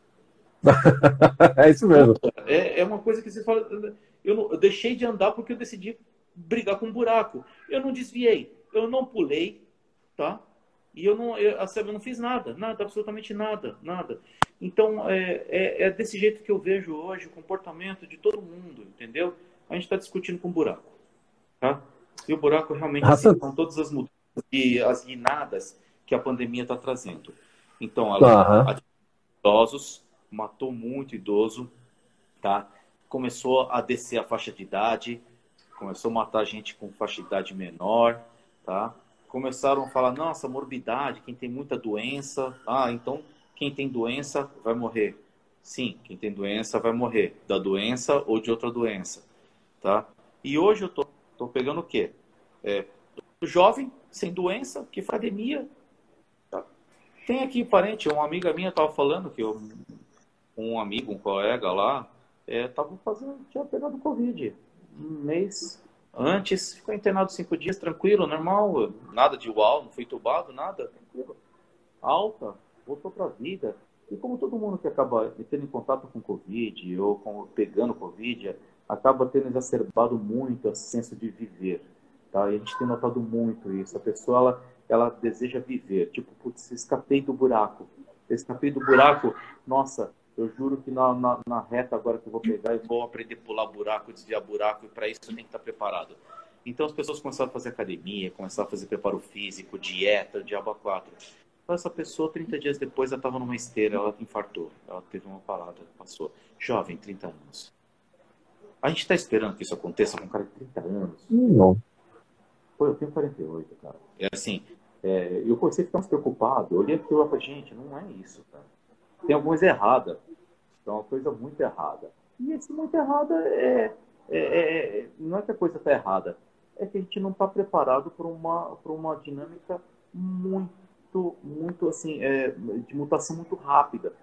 É isso mesmo. É uma coisa que você fala, eu deixei de andar porque eu decidi brigar com o buraco. Eu não desviei, eu não pulei, tá? E eu não fiz nada, absolutamente nada. Então, é desse jeito que eu vejo hoje o comportamento de todo mundo, entendeu? A gente está discutindo com o buraco, tá? E o buraco realmente assim, são todas as mudanças e as guinadas que a pandemia está trazendo. Então, ela atingiu idosos, matou muito idoso, tá? Começou a descer a faixa de idade, começou a matar gente com faixa de idade menor, tá? Começaram a falar, nossa, morbidade, quem tem muita doença, então quem tem doença vai morrer. Sim, quem tem doença vai morrer, da doença ou de outra doença, tá? E hoje eu tô pegando o quê? Jovem, sem doença, que faz academia. Tá? Tem aqui parente, uma amiga minha estava falando que um amigo, um colega lá, tinha pegado Covid. Um mês Antes, ficou internado 5 dias, tranquilo, normal, nada de uau, não foi entubado, nada, tranquilo. Alta, voltou para a vida. E como todo mundo que acaba tendo em contato com Covid ou pegando Covid, acaba tendo exacerbado muito esse senso de viver. Tá? E a gente tem notado muito isso. A pessoa, ela deseja viver. Tipo, putz, escapei do buraco. Eu escapei do buraco, nossa, eu juro que na reta agora que eu vou pegar, eu vou aprender a pular buraco, desviar buraco, e para isso eu tenho que estar preparado. Então as pessoas começaram a fazer academia, começaram a fazer preparo físico, dieta, diabo a quatro. Então essa pessoa, 30 dias depois, ela estava numa esteira, ela infartou, ela teve uma parada, passou. Jovem, 30 anos. A gente está esperando que isso aconteça com um cara de 30 anos. Não. Pô, eu tenho 48, cara. É assim, eu comecei a ficar mais preocupado. Eu olhei aquilo e falei, gente, não é isso, cara. Tem alguma coisa errada. Então, uma coisa muito errada. E esse muito errada não é que a coisa está errada. É que a gente não está preparado para uma dinâmica muito assim, de mutação muito rápida.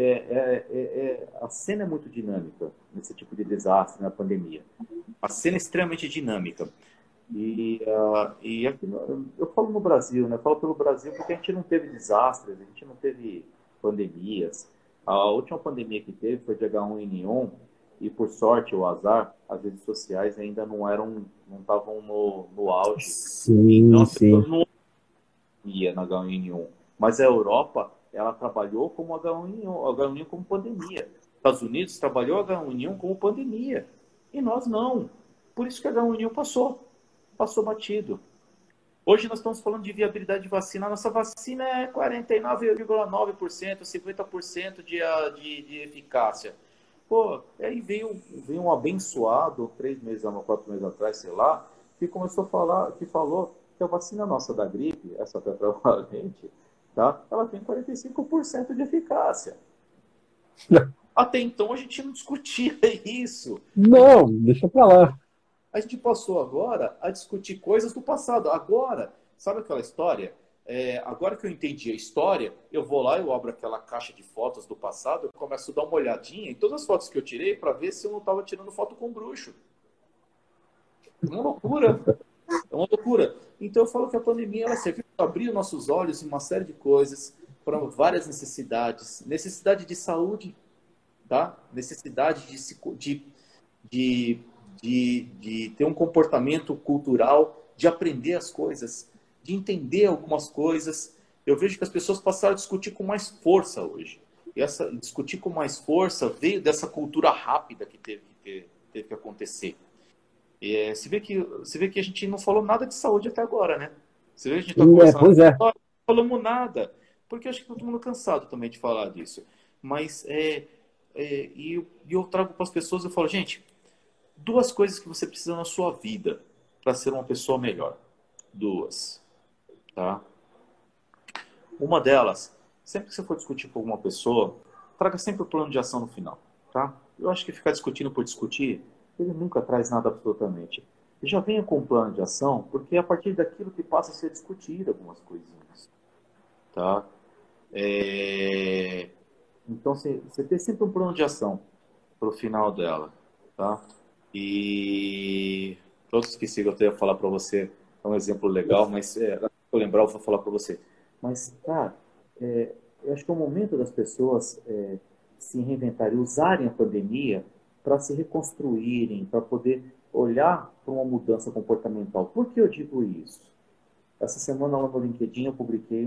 A cena é muito dinâmica nesse tipo de desastre, na pandemia. A cena é extremamente dinâmica. E aqui, eu falo no Brasil, né? Eu falo pelo Brasil porque a gente não teve desastres, a gente não teve pandemias. A última pandemia que teve foi de H1N1 e, por sorte ou azar, as redes sociais ainda não estavam no auge. Sim, então, as sim. pessoas não ia na H1N1. Mas a Europa, ela trabalhou como H1N1 como pandemia. Estados Unidos trabalhou H1N1 como pandemia. E nós não. Por isso que a H1N1 passou batido. Hoje nós estamos falando de viabilidade de vacina. A nossa vacina é 49,9%, 50% de eficácia. Pô, aí veio um abençoado, 3 meses, 4 meses atrás, sei lá, que começou a falar, que falou que a vacina nossa da gripe, essa tetravalente, tá? Ela tem 45% de eficácia. Até então a gente não discutia isso. Não, deixa pra lá. A gente passou agora a discutir coisas do passado. Agora, sabe aquela história? Agora que eu entendi a história, eu vou lá, eu abro aquela caixa de fotos do passado, eu começo a dar uma olhadinha em todas as fotos que eu tirei para ver se eu não estava tirando foto com bruxo. É uma loucura. É uma loucura. Então eu falo que a pandemia ela serviu para abrir nossos olhos em uma série de coisas, para várias necessidades. Necessidade de saúde, tá? Necessidade de ter um comportamento cultural, de aprender as coisas, de entender algumas coisas. Eu vejo que as pessoas passaram a discutir com mais força hoje. E discutir com mais força veio dessa cultura rápida que teve que acontecer. Você vê que a gente não falou nada de saúde até agora, né? Você vê que a gente está conversando, Pois é. não falamos nada, porque eu acho que todo mundo cansado também de falar disso. Mas eu trago para as pessoas, eu falo, gente, 2 coisas que você precisa na sua vida para ser uma pessoa melhor. 2, tá? Uma delas, sempre que você for discutir com alguma pessoa, traga sempre o plano de ação no final, tá? Eu acho que ficar discutindo por discutir, ele nunca traz nada absolutamente. Já venha com um plano de ação, porque é a partir daquilo que passa a ser discutido algumas coisinhas, tá? Então, você tem sempre um plano de ação para o final dela, tá? E eu esqueci que eu ia falar para você, é um exemplo legal, mas se eu lembrar, eu vou falar para você. Mas, cara, eu acho que é o momento das pessoas se reinventarem, usarem a pandemia para se reconstruírem, para poder olhar para uma mudança comportamental. Por que eu digo isso? Essa semana lá no LinkedIn eu publiquei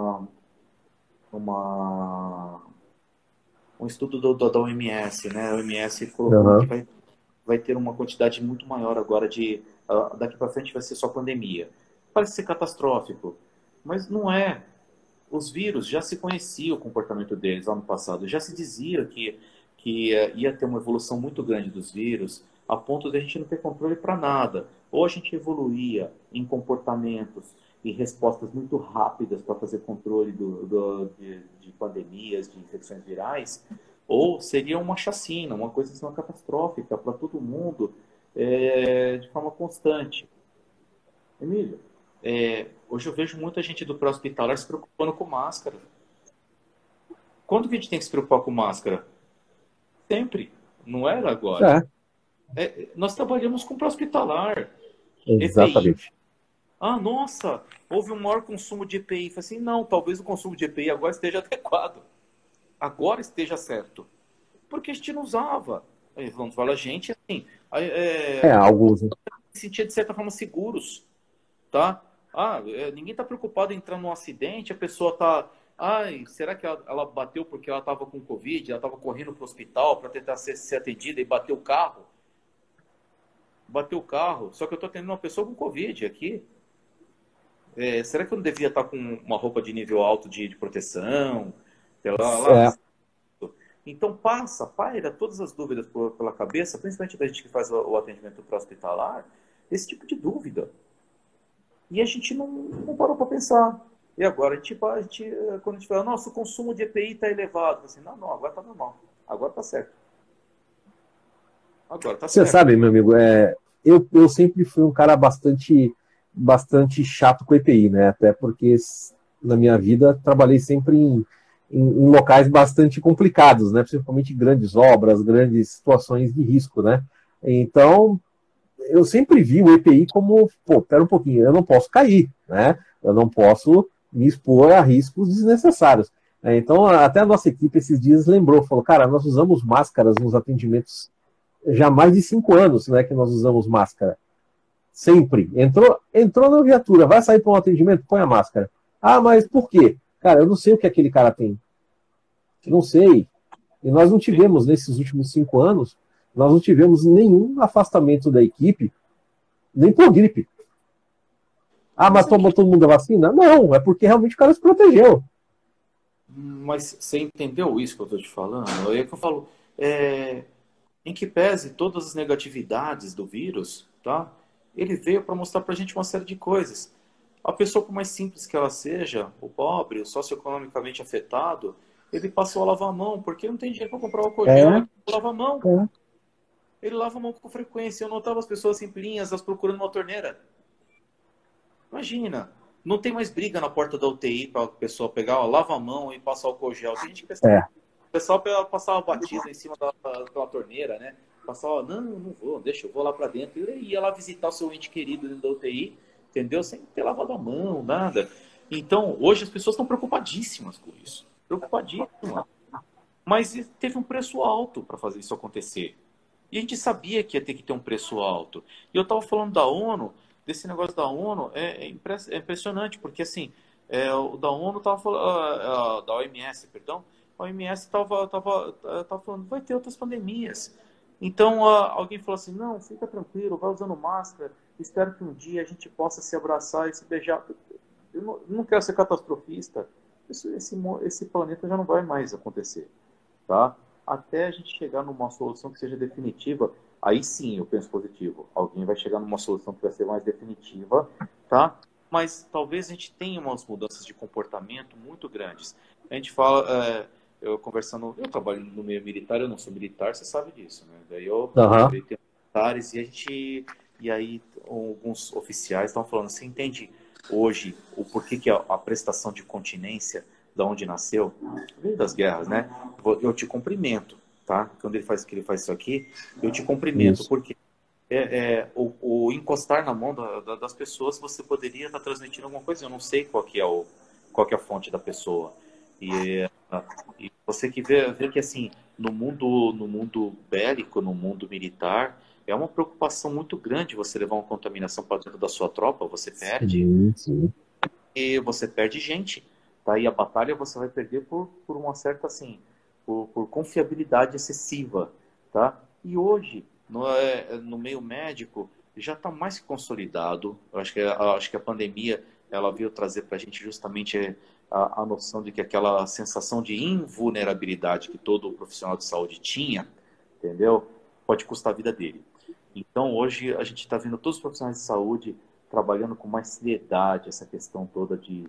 um estudo da OMS, né? A OMS colocou que vai ter uma quantidade muito maior agora daqui para frente vai ser só pandemia. Parece ser catastrófico, mas não é. Os vírus já se conhecia o comportamento deles lá no passado, já se dizia que ia ter uma evolução muito grande dos vírus, a ponto de a gente não ter controle para nada. Ou a gente evoluía em comportamentos e respostas muito rápidas para fazer controle de pandemias, de infecções virais, ou seria uma chacina, uma coisa assim, catastrófica para todo mundo de forma constante. Emílio, hoje eu vejo muita gente do pré-hospitalar se preocupando com máscara. Quando que a gente tem que se preocupar com máscara? Sempre. Não era agora. Nós trabalhamos com pré-hospitalar. EPI. Exatamente. Ah, nossa, houve um maior consumo de EPI. Falei assim, não, talvez o consumo de EPI agora esteja adequado. Agora esteja certo. Porque a gente não usava. Aí, vamos falar, a gente, assim, Alguns. Né? se sentia de certa forma seguros, tá? Ninguém está preocupado em entrar num acidente, a pessoa está... Ai, será que ela bateu porque ela estava com Covid, ela estava correndo para o hospital para tentar ser atendida e bateu o carro? Bateu o carro, só que eu estou atendendo uma pessoa com Covid aqui. Será que eu não devia estar com uma roupa de nível alto de proteção? Sei lá. É, Então paira todas as dúvidas pela cabeça, principalmente da gente que faz o atendimento para-hospitalar, esse tipo de dúvida. E a gente não parou para pensar. E agora, quando a gente fala, nossa, o consumo de EPI está elevado. Assim, não, agora está normal. Agora está certo. Agora está você certo. sabe, meu amigo, eu sempre fui um cara bastante chato com EPI, né? Até porque na minha vida trabalhei sempre em locais bastante complicados, né? Principalmente grandes obras, grandes situações de risco, né? Então, eu sempre vi o EPI como, pô, pera um pouquinho, eu não posso cair, né? Eu não posso me expor a riscos desnecessários. Então, até a nossa equipe esses dias lembrou, falou, cara, nós usamos máscaras nos atendimentos já há mais de 5 anos, né, que nós usamos máscara. Sempre. Entrou na viatura, vai sair para um atendimento, põe a máscara. Ah, mas por quê? Cara, eu não sei o que aquele cara tem. Não sei. E nós não tivemos, nesses últimos 5 anos, nós não tivemos nenhum afastamento da equipe, nem por gripe. Ah, mas tomou todo mundo a vacina? Não, é porque realmente o cara se protegeu. Mas você entendeu isso que eu estou te falando? É que eu falo, em que pese todas as negatividades do vírus, tá? Ele veio para mostrar para a gente uma série de coisas. A pessoa, por mais simples que ela seja, o pobre, o socioeconomicamente afetado, ele passou a lavar a mão, porque não tem dinheiro para comprar álcool gel, ele lava a mão. Ele lava a mão com frequência. Eu notava as pessoas simplinhas, elas procurando uma torneira. Imagina, não tem mais briga na porta da UTI para a pessoa pegar, lava a mão e passar álcool gel. Tem gente que o pessoal passava batida em cima daquela torneira, né? Passava, não vou, deixa, eu vou lá para dentro. E ia lá visitar o seu ente querido dentro da UTI, entendeu? Sem ter lavado a mão, nada. Então, hoje as pessoas estão preocupadíssimas com isso. Preocupadíssimas. Mas teve um preço alto para fazer isso acontecer. E a gente sabia que ia ter que ter um preço alto. E eu estava falando da ONU, desse negócio da ONU, é impressionante, porque assim, o da ONU estava falando, da OMS, perdão, a OMS estava falando, vai ter outras pandemias. Então, alguém falou assim, não, fica tranquilo, vai usando máscara, espero que um dia a gente possa se abraçar e se beijar. Eu não quero ser catastrofista, esse planeta já não vai mais acontecer, tá? Até a gente chegar numa solução que seja definitiva, aí sim eu penso positivo. Alguém vai chegar numa solução que vai ser mais definitiva, tá? Mas talvez a gente tenha umas mudanças de comportamento muito grandes. A gente fala, eu trabalho no meio militar, eu não sou militar, você sabe disso, né? Daí eu tenho militares e aí alguns oficiais estão falando, você entende hoje o porquê que a prestação de continência da onde nasceu, veio das guerras, né? Eu te cumprimento, tá? Quando ele faz isso aqui, eu te cumprimento, Isso. porque o encostar na mão das pessoas, você poderia estar transmitindo alguma coisa. Eu não sei qual que é a fonte da pessoa. E você que vê que assim, no mundo bélico, no mundo militar, é uma preocupação muito grande você levar uma contaminação para dentro da sua tropa, você perde. Sim. E você perde gente. Tá? E a batalha você vai perder por uma certa, assim, por confiabilidade excessiva. Tá? E hoje, no meio médico, já está mais que consolidado. Eu acho que a pandemia ela veio trazer para a gente justamente a noção de que aquela sensação de invulnerabilidade que todo profissional de saúde tinha, entendeu? Pode custar a vida dele. Então, hoje, a gente está vendo todos os profissionais de saúde trabalhando com mais seriedade essa questão toda de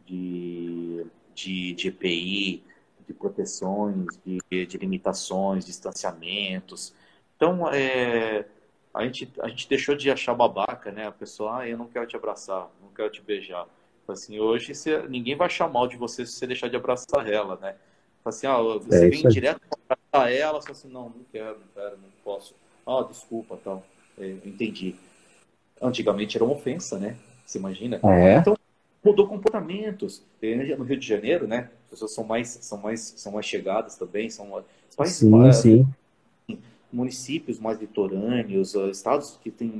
EPI, de proteções, de limitações, distanciamentos. Então, a gente deixou de achar babaca, né? A pessoa, eu não quero te abraçar, não quero te beijar. Assim, hoje ninguém vai achar mal de você se você deixar de abraçar ela, né? Assim, você vem direto para abraçar ela, assim, não quero, não posso. Desculpa, tal. Eu entendi. Antigamente era uma ofensa, né? Você imagina? É, Então, mudou comportamentos. No Rio de Janeiro, né? As pessoas são mais chegadas também, são sim, sim. municípios mais litorâneos, estados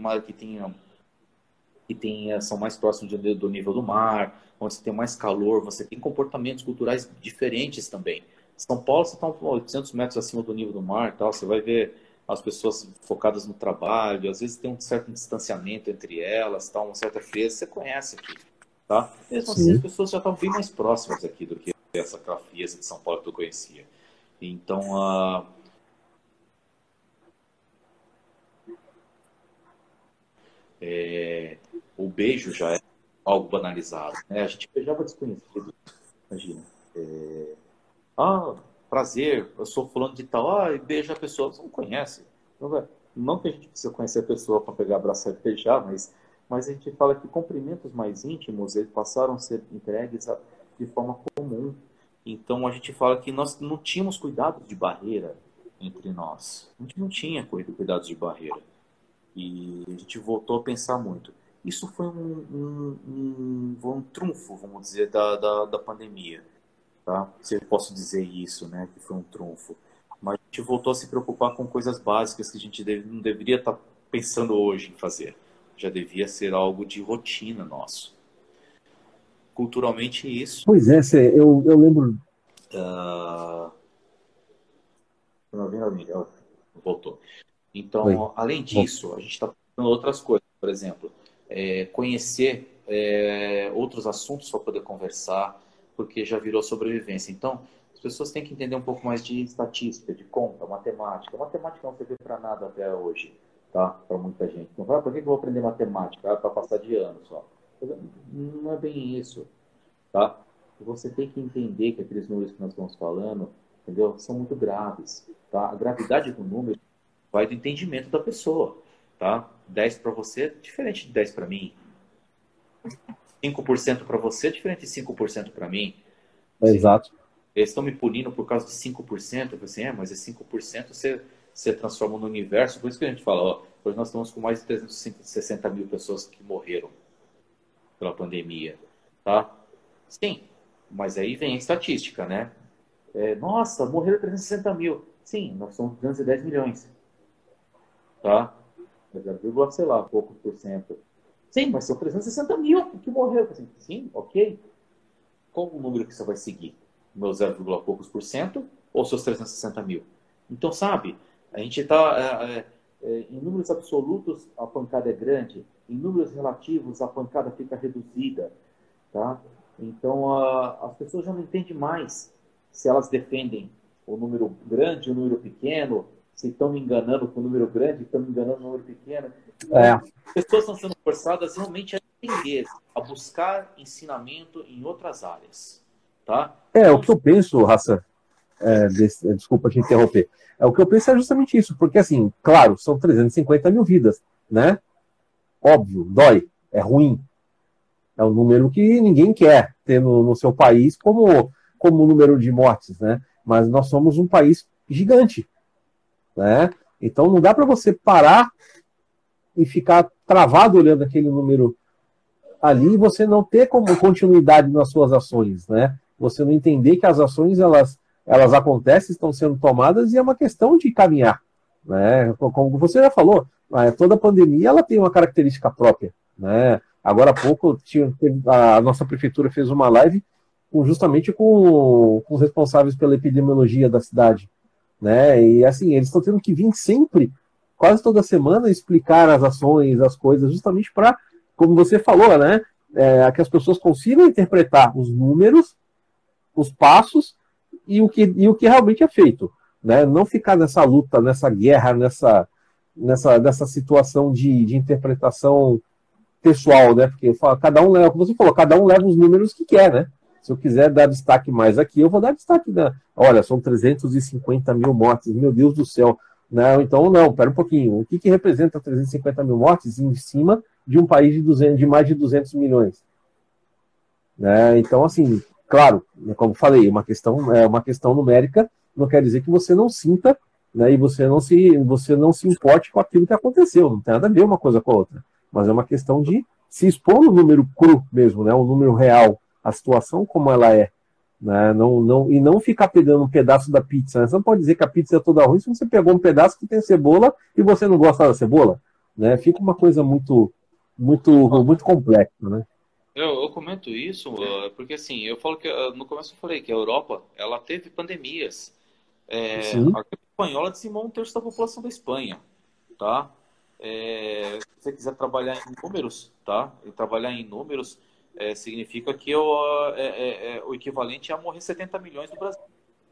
são mais próximos do nível do mar, onde você tem mais calor, você tem comportamentos culturais diferentes também. São Paulo, você está 800 metros acima do nível do mar, tal, você vai ver as pessoas focadas no trabalho, às vezes tem um certo distanciamento entre elas, tal, uma certa frieza, você conhece aqui, tá? Mesmo assim, as Sim. pessoas já estão bem mais próximas aqui do que aquela frieza de São Paulo que eu conhecia. Então, o beijo já é algo banalizado, né? A gente beijava desconhecido, imagina. Ah, prazer, eu sou fulano de tal, e beija a pessoa, você não conhece. Não que a gente precisa conhecer a pessoa para pegar, abraçar e beijar, mas a gente fala que cumprimentos mais íntimos, eles passaram a ser entregues de forma comum. Então a gente fala que nós não tínhamos cuidados de barreira entre nós. A gente não tinha cuidados de barreira. E a gente voltou a pensar muito. Isso foi um trunfo, vamos dizer, da pandemia, tá? Se eu posso dizer isso, né? Que foi um trunfo. Mas a gente voltou a se preocupar com coisas básicas que a gente não deveria estar pensando hoje em fazer. Já devia ser algo de rotina nosso. Culturalmente, isso. Pois é, eu lembro. Voltou. Oi, Então, além bom, disso, a gente está fazendo outras coisas. Por exemplo, conhecer outros assuntos para poder conversar, porque já virou sobrevivência. Então, as pessoas têm que entender um pouco mais de estatística, de conta, matemática. Matemática não serve para nada até hoje, tá? Para muita gente. Não vai, por que eu vou aprender matemática? Para passar de ano só. Não é bem isso, tá? Você tem que entender que aqueles números que nós estamos falando, entendeu? São muito graves, tá? A gravidade do número vai do entendimento da pessoa, tá? 10 para você é diferente de 10 para mim. 5% para você é diferente de 5% para mim. exato. Eles estão me punindo por causa de 5%. Eu falei assim, mas é 5% você transforma no universo. Por isso que a gente fala, ó, hoje nós estamos com mais de 360 mil pessoas que morreram pela pandemia, tá? Sim, mas aí vem a estatística, né? Nossa, morreram 360 mil. Sim, nós somos 210 milhões. Tá? 0, sei lá, poucos por cento. Sim, mas são 360 mil que morreram. Assim, sim, ok. Qual o número que você vai seguir? Meu 0, poucos por cento ou seus 360 mil? Então, sabe, a gente está... em números absolutos, a pancada é grande. Em números relativos, a pancada fica reduzida. Tá? Então, as pessoas já não entendem mais se elas defendem o número grande, o número pequeno, se estão me enganando com o número grande, estão me enganando com o número pequeno. Então, as pessoas estão sendo forçadas realmente a entender, a buscar ensinamento em outras áreas. Tá? O que eu penso, Raça, desculpa te interromper, o que eu penso é justamente isso, porque assim, claro, são 350 mil vidas, né? Óbvio, dói, é ruim, é um número que ninguém quer ter no seu país como número de mortes, né? Mas nós somos um país gigante, né? Então não dá para você parar e ficar travado olhando aquele número ali e você não ter como continuidade nas suas ações, né? Você não entender que as ações elas acontecem, estão sendo tomadas e é uma questão de caminhar, né? Como você já falou, toda pandemia ela tem uma característica própria, né? Agora há pouco a nossa prefeitura fez uma live justamente com os responsáveis pela epidemiologia da cidade, né? E assim, eles estão tendo que vir sempre, quase toda semana, explicar as ações, as coisas, justamente para, como você falou, né? Que as pessoas consigam interpretar os números, os passos e o que realmente é feito, né? Não ficar nessa luta, nessa guerra, nessa situação de interpretação pessoal, né? Porque cada um leva, como você falou, cada um leva os números que quer, né? Se eu quiser dar destaque mais aqui, eu vou dar destaque. Né? Olha, são 350 mil mortes, meu Deus do céu. Não, então, não, pera um pouquinho. O que representa 350 mil mortes em cima de um país de mais de 200 milhões? Né? Então, assim, claro, como falei, uma questão numérica não quer dizer que você não sinta, né, e você não se importe com aquilo que aconteceu. Não tem nada a ver uma coisa com a outra. mas é uma questão de se expor no número cru mesmo, né? O número real, a situação como ela é. Né? E não ficar pegando um pedaço da pizza. Né? Você não pode dizer que a pizza é toda ruim se você pegou um pedaço que tem cebola e você não gosta da cebola. Né? Fica uma coisa muito complexa. Né? Eu comento isso porque assim, eu falo que no começo eu falei que a Europa ela teve pandemias. Sim. A gripe espanhola dizimou um terço da população da Espanha, tá? Se você quiser trabalhar em números, tá? E trabalhar em números significa que o equivalente a morrer 70 milhões no Brasil.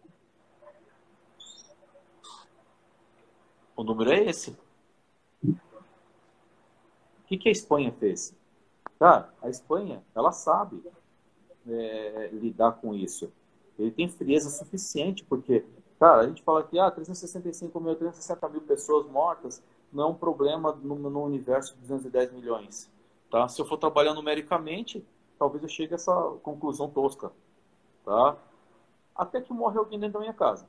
O número é esse. O que a Espanha fez? Cara, a Espanha, ela sabe lidar com isso. Ele tem frieza suficiente, porque, cara, a gente fala que 365 mil, 360 mil pessoas mortas não é um problema no universo de 210 milhões. Tá? Se eu for trabalhar numericamente, talvez eu chegue a essa conclusão tosca. Tá? Até que morre alguém dentro da minha casa.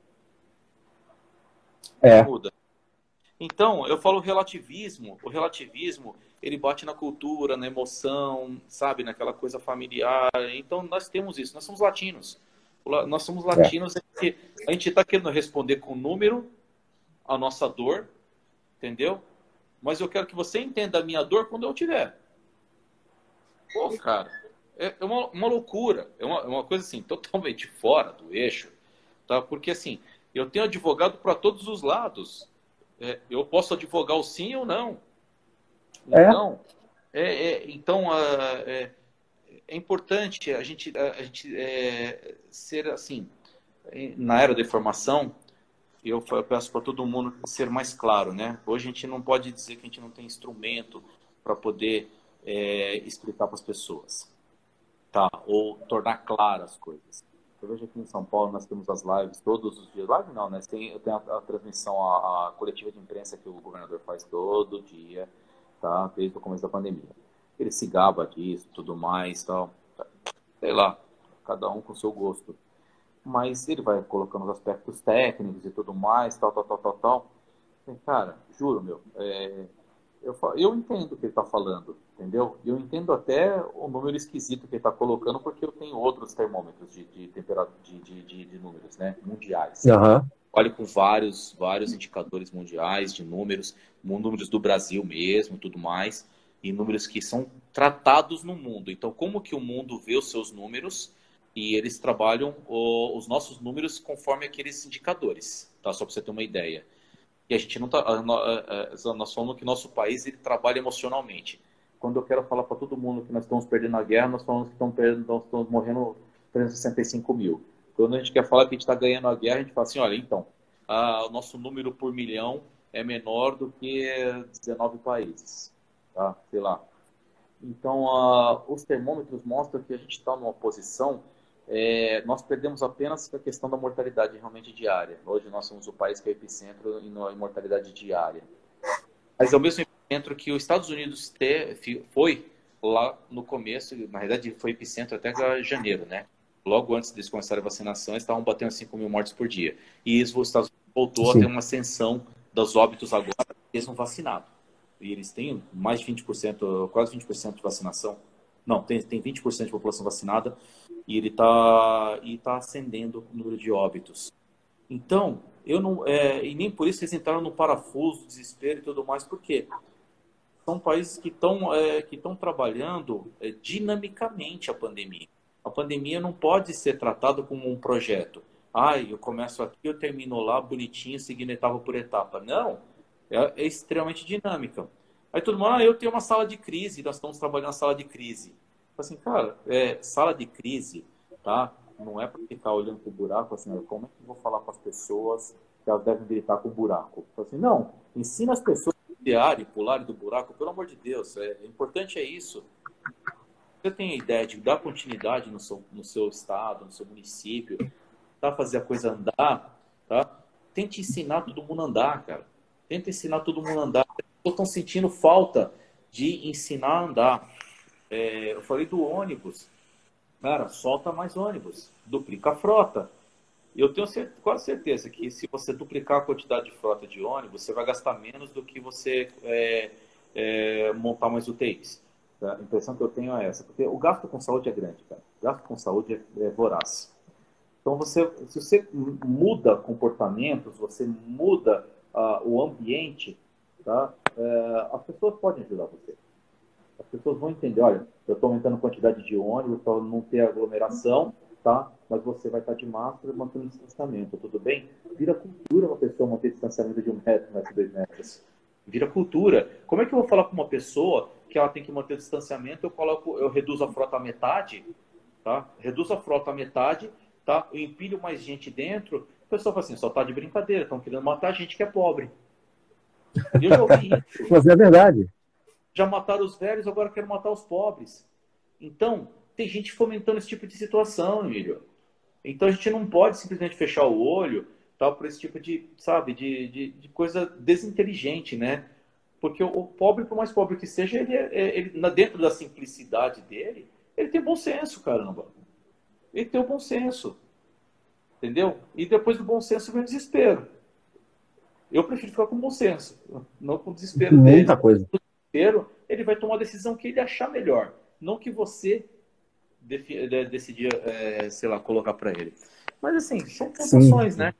Muda. Então, eu falo relativismo. O relativismo, ele bate na cultura, na emoção, sabe? Naquela coisa familiar. Então, nós temos isso. Nós somos latinos. Nós somos latinos. A gente está querendo responder com número a nossa dor, entendeu? Mas eu quero que você entenda a minha dor quando eu tiver. Pô, cara, é uma loucura. É uma coisa assim, totalmente fora do eixo. Tá? Porque assim, eu tenho advogado para todos os lados. Eu posso advogar o sim ou não. Então, é importante a gente ser assim, na era da informação, eu peço para todo mundo ser mais claro, né? Hoje a gente não pode dizer que a gente não tem instrumento para poder explicar para as pessoas, tá? Ou tornar claras as coisas. Eu vejo aqui em São Paulo, nós temos as lives todos os dias. Live não, né? Eu tenho a transmissão, a coletiva de imprensa que o governador faz todo dia, tá? Desde o começo da pandemia. Ele se gaba disso, tudo mais, tal. Sei lá, cada um com o seu gosto. Mas ele vai colocando os aspectos técnicos e tudo mais, tal. Cara, juro, meu, eu entendo o que ele está falando, entendeu? Eu entendo até o número esquisito que ele está colocando, porque eu tenho outros termômetros de temperatura, de números, né, mundiais. Uhum. Olhe com vários indicadores mundiais de números do Brasil mesmo, tudo mais, e números que são tratados no mundo. Então, como que o mundo vê os seus números? E eles trabalham os nossos números conforme aqueles indicadores, tá? Só para você ter uma ideia. E a gente não tá, nós falamos que nosso país ele trabalha emocionalmente. Quando eu quero falar para todo mundo que nós estamos perdendo a guerra, nós falamos que estamos morrendo 365 mil. Quando a gente quer falar que a gente está ganhando a guerra, a gente fala assim, olha, então, o nosso número por milhão é menor do que 19 países, tá? Sei lá. Então, os termômetros mostram que a gente está numa posição. Nós perdemos apenas a questão da mortalidade realmente diária. Hoje nós somos o país que é epicentro em mortalidade diária. Mas é o mesmo epicentro que os Estados Unidos foi lá no começo, na realidade foi epicentro até janeiro, né? Logo antes de começar a vacinação, eles estavam batendo 5 mil mortes por dia. E isso, os Estados Unidos voltou a ter uma ascensão dos óbitos agora, mesmo vacinados. E eles têm mais de 20%, quase 20% de vacinação. Não, tem 20% de população vacinada e ele está ascendendo o número de óbitos. Então, eu não, e nem por isso eles entraram no parafuso, desespero e tudo mais, porque são países que estão trabalhando dinamicamente a pandemia. A pandemia não pode ser tratada como um projeto. Eu começo aqui, eu termino lá, bonitinho, seguindo etapa por etapa. Não, é extremamente dinâmica. Aí todo mundo, eu tenho uma sala de crise, nós estamos trabalhando na sala de crise. Assim, cara, sala de crise, tá? Não é para ficar olhando para o buraco, assim, como é que eu vou falar para as pessoas que elas devem gritar com o buraco? Assim, não, ensina as pessoas a criarem, pularem do buraco, pelo amor de Deus, importante é isso. Você tem a ideia de dar continuidade no seu estado, no seu município, tá? Fazer a coisa andar, tá? Tente ensinar todo mundo a andar, cara. Tenta ensinar todo mundo a andar. As pessoas estão sentindo falta de ensinar a andar. Eu falei do ônibus. Cara, solta mais ônibus. Duplica a frota. Eu tenho quase certeza que se você duplicar a quantidade de frota de ônibus, você vai gastar menos do que você montar mais UTIs. Tá? A impressão que eu tenho é essa, porque o gasto com saúde é grande, cara. O gasto com saúde é voraz. Então, se você muda comportamentos, você muda o ambiente, tá? As pessoas podem ajudar você. As pessoas vão entender, olha, eu estou aumentando a quantidade de ônibus para não ter aglomeração, tá? Mas você vai estar de máscara e mantendo distanciamento, tudo bem? Vira cultura uma pessoa manter distanciamento de 1 metro, 2 metros. Vira cultura. Como é que eu vou falar com uma pessoa que ela tem que manter distanciamento, eu reduzo a frota à metade, tá? Reduzo a frota à metade, tá? Eu empilho mais gente dentro, a pessoa fala assim, só tá de brincadeira, estão querendo matar a gente que é pobre. E eu já ouvi isso. Mas é verdade. Já mataram os velhos, agora quero matar os pobres. Então, tem gente fomentando esse tipo de situação, Emílio. Então, a gente não pode simplesmente fechar o olho tal, por esse tipo de, sabe, de coisa desinteligente, né? Porque o pobre, por mais pobre que seja, dentro da simplicidade dele, ele tem bom senso, caramba. Ele tem o bom senso. Entendeu? E depois do bom senso vem o desespero. Eu prefiro ficar com bom senso, não com o desespero dele. Muita coisa. Ele vai tomar a decisão que ele achar melhor, não que você decidir, sei lá, colocar para ele. Mas assim, são tentações, né?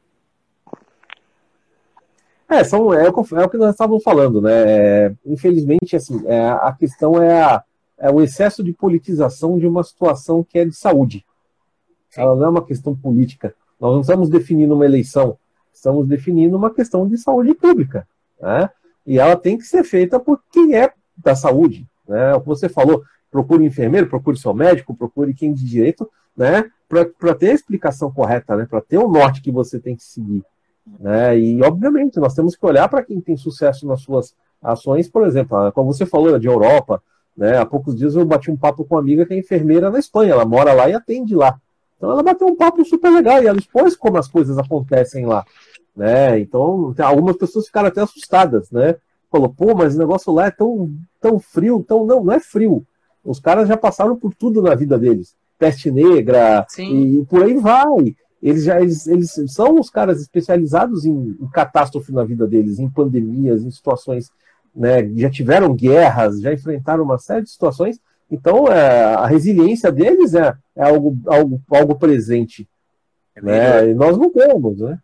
É o que nós estávamos falando, né? Infelizmente, assim, a questão é o excesso de politização de uma situação que é de saúde. Sim. Ela não é uma questão política. Nós não estamos definindo uma eleição, estamos definindo uma questão de saúde pública, né? E ela tem que ser feita por quem é da saúde, né? O que você falou, procure enfermeiro, procure seu médico, procure quem de direito, né? Para ter a explicação correta, né? Para ter o norte que você tem que seguir, né? E, obviamente, nós temos que olhar para quem tem sucesso nas suas ações, por exemplo, como você falou, de Europa, né? Há poucos dias eu bati um papo com uma amiga que é enfermeira na Espanha, ela mora lá e atende lá. Então ela bateu um papo super legal e ela expôs como as coisas acontecem lá, né? Então algumas pessoas ficaram até assustadas, né? Falou, pô, mas o negócio lá é tão frio, não é frio. Os caras já passaram por tudo na vida deles, peste negra. Sim. E por aí vai. Eles são os caras especializados em catástrofe na vida deles, em pandemias, em situações, né? Já tiveram guerras, já enfrentaram uma série de situações. Então, a resiliência deles é algo presente. Né? E nós não temos, né?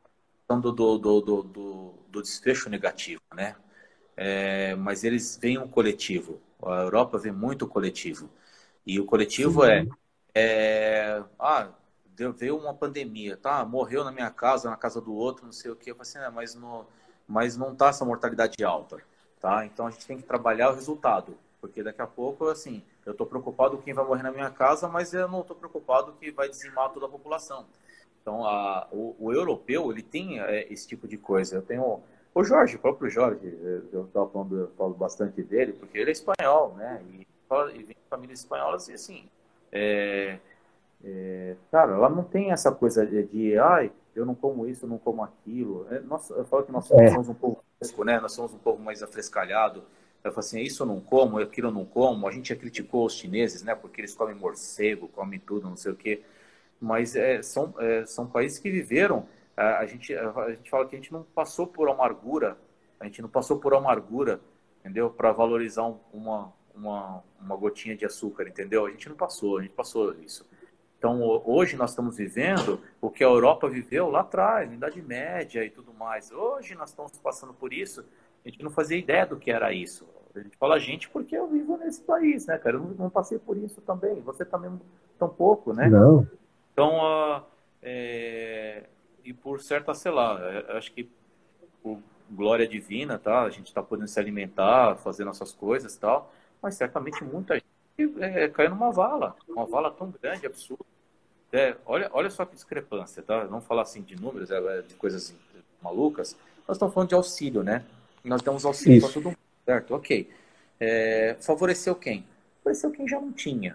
Do desfecho negativo, né? Mas eles veem um coletivo. A Europa vê muito coletivo. E o coletivo veio uma pandemia, tá? Morreu na minha casa, na casa do outro, não sei o quê. Eu falei assim, mas não tá essa mortalidade alta, tá? Então a gente tem que trabalhar o resultado. Porque daqui a pouco, assim, eu estou preocupado com quem vai morrer na minha casa, mas eu não estou preocupado que vai dizimar toda a população. Então, o europeu, ele tem esse tipo de coisa. Eu tenho o Jorge, o próprio Jorge, eu falo bastante dele, porque ele é espanhol, né? E vem de famílias espanholas e, assim, cara, ela não tem essa coisa de eu não como isso, eu não como aquilo. Eu falo que nós somos um pouco fresco, né? Nós somos um pouco mais afrescalhado. Eu falo assim, isso eu não como, aquilo eu não como. A gente já criticou os chineses, né? Porque eles comem morcego, comem tudo, não sei o quê. Mas são países que viveram. A gente fala que a gente não passou por amargura. A gente não passou por amargura, entendeu? Para valorizar uma gotinha de açúcar, entendeu? A gente passou isso. Então, hoje nós estamos vivendo o que a Europa viveu lá atrás, na Idade Média e tudo mais. Hoje nós estamos passando por isso. A gente não fazia ideia do que era isso. A gente fala porque eu vivo nesse país, né, cara? Eu não passei por isso também. Você também tão pouco, né? Não. Então, e por certa, sei lá, acho que por glória divina, tá? A gente está podendo se alimentar, fazer nossas coisas e tal, mas certamente muita gente caiu numa vala tão grande, absurda. Olha só que discrepância, tá? Não falar assim de números, de coisas malucas. Nós estamos falando de auxílio, né? Nós damos auxílio para todo mundo, certo? Ok. Favoreceu quem? Favoreceu quem já não tinha.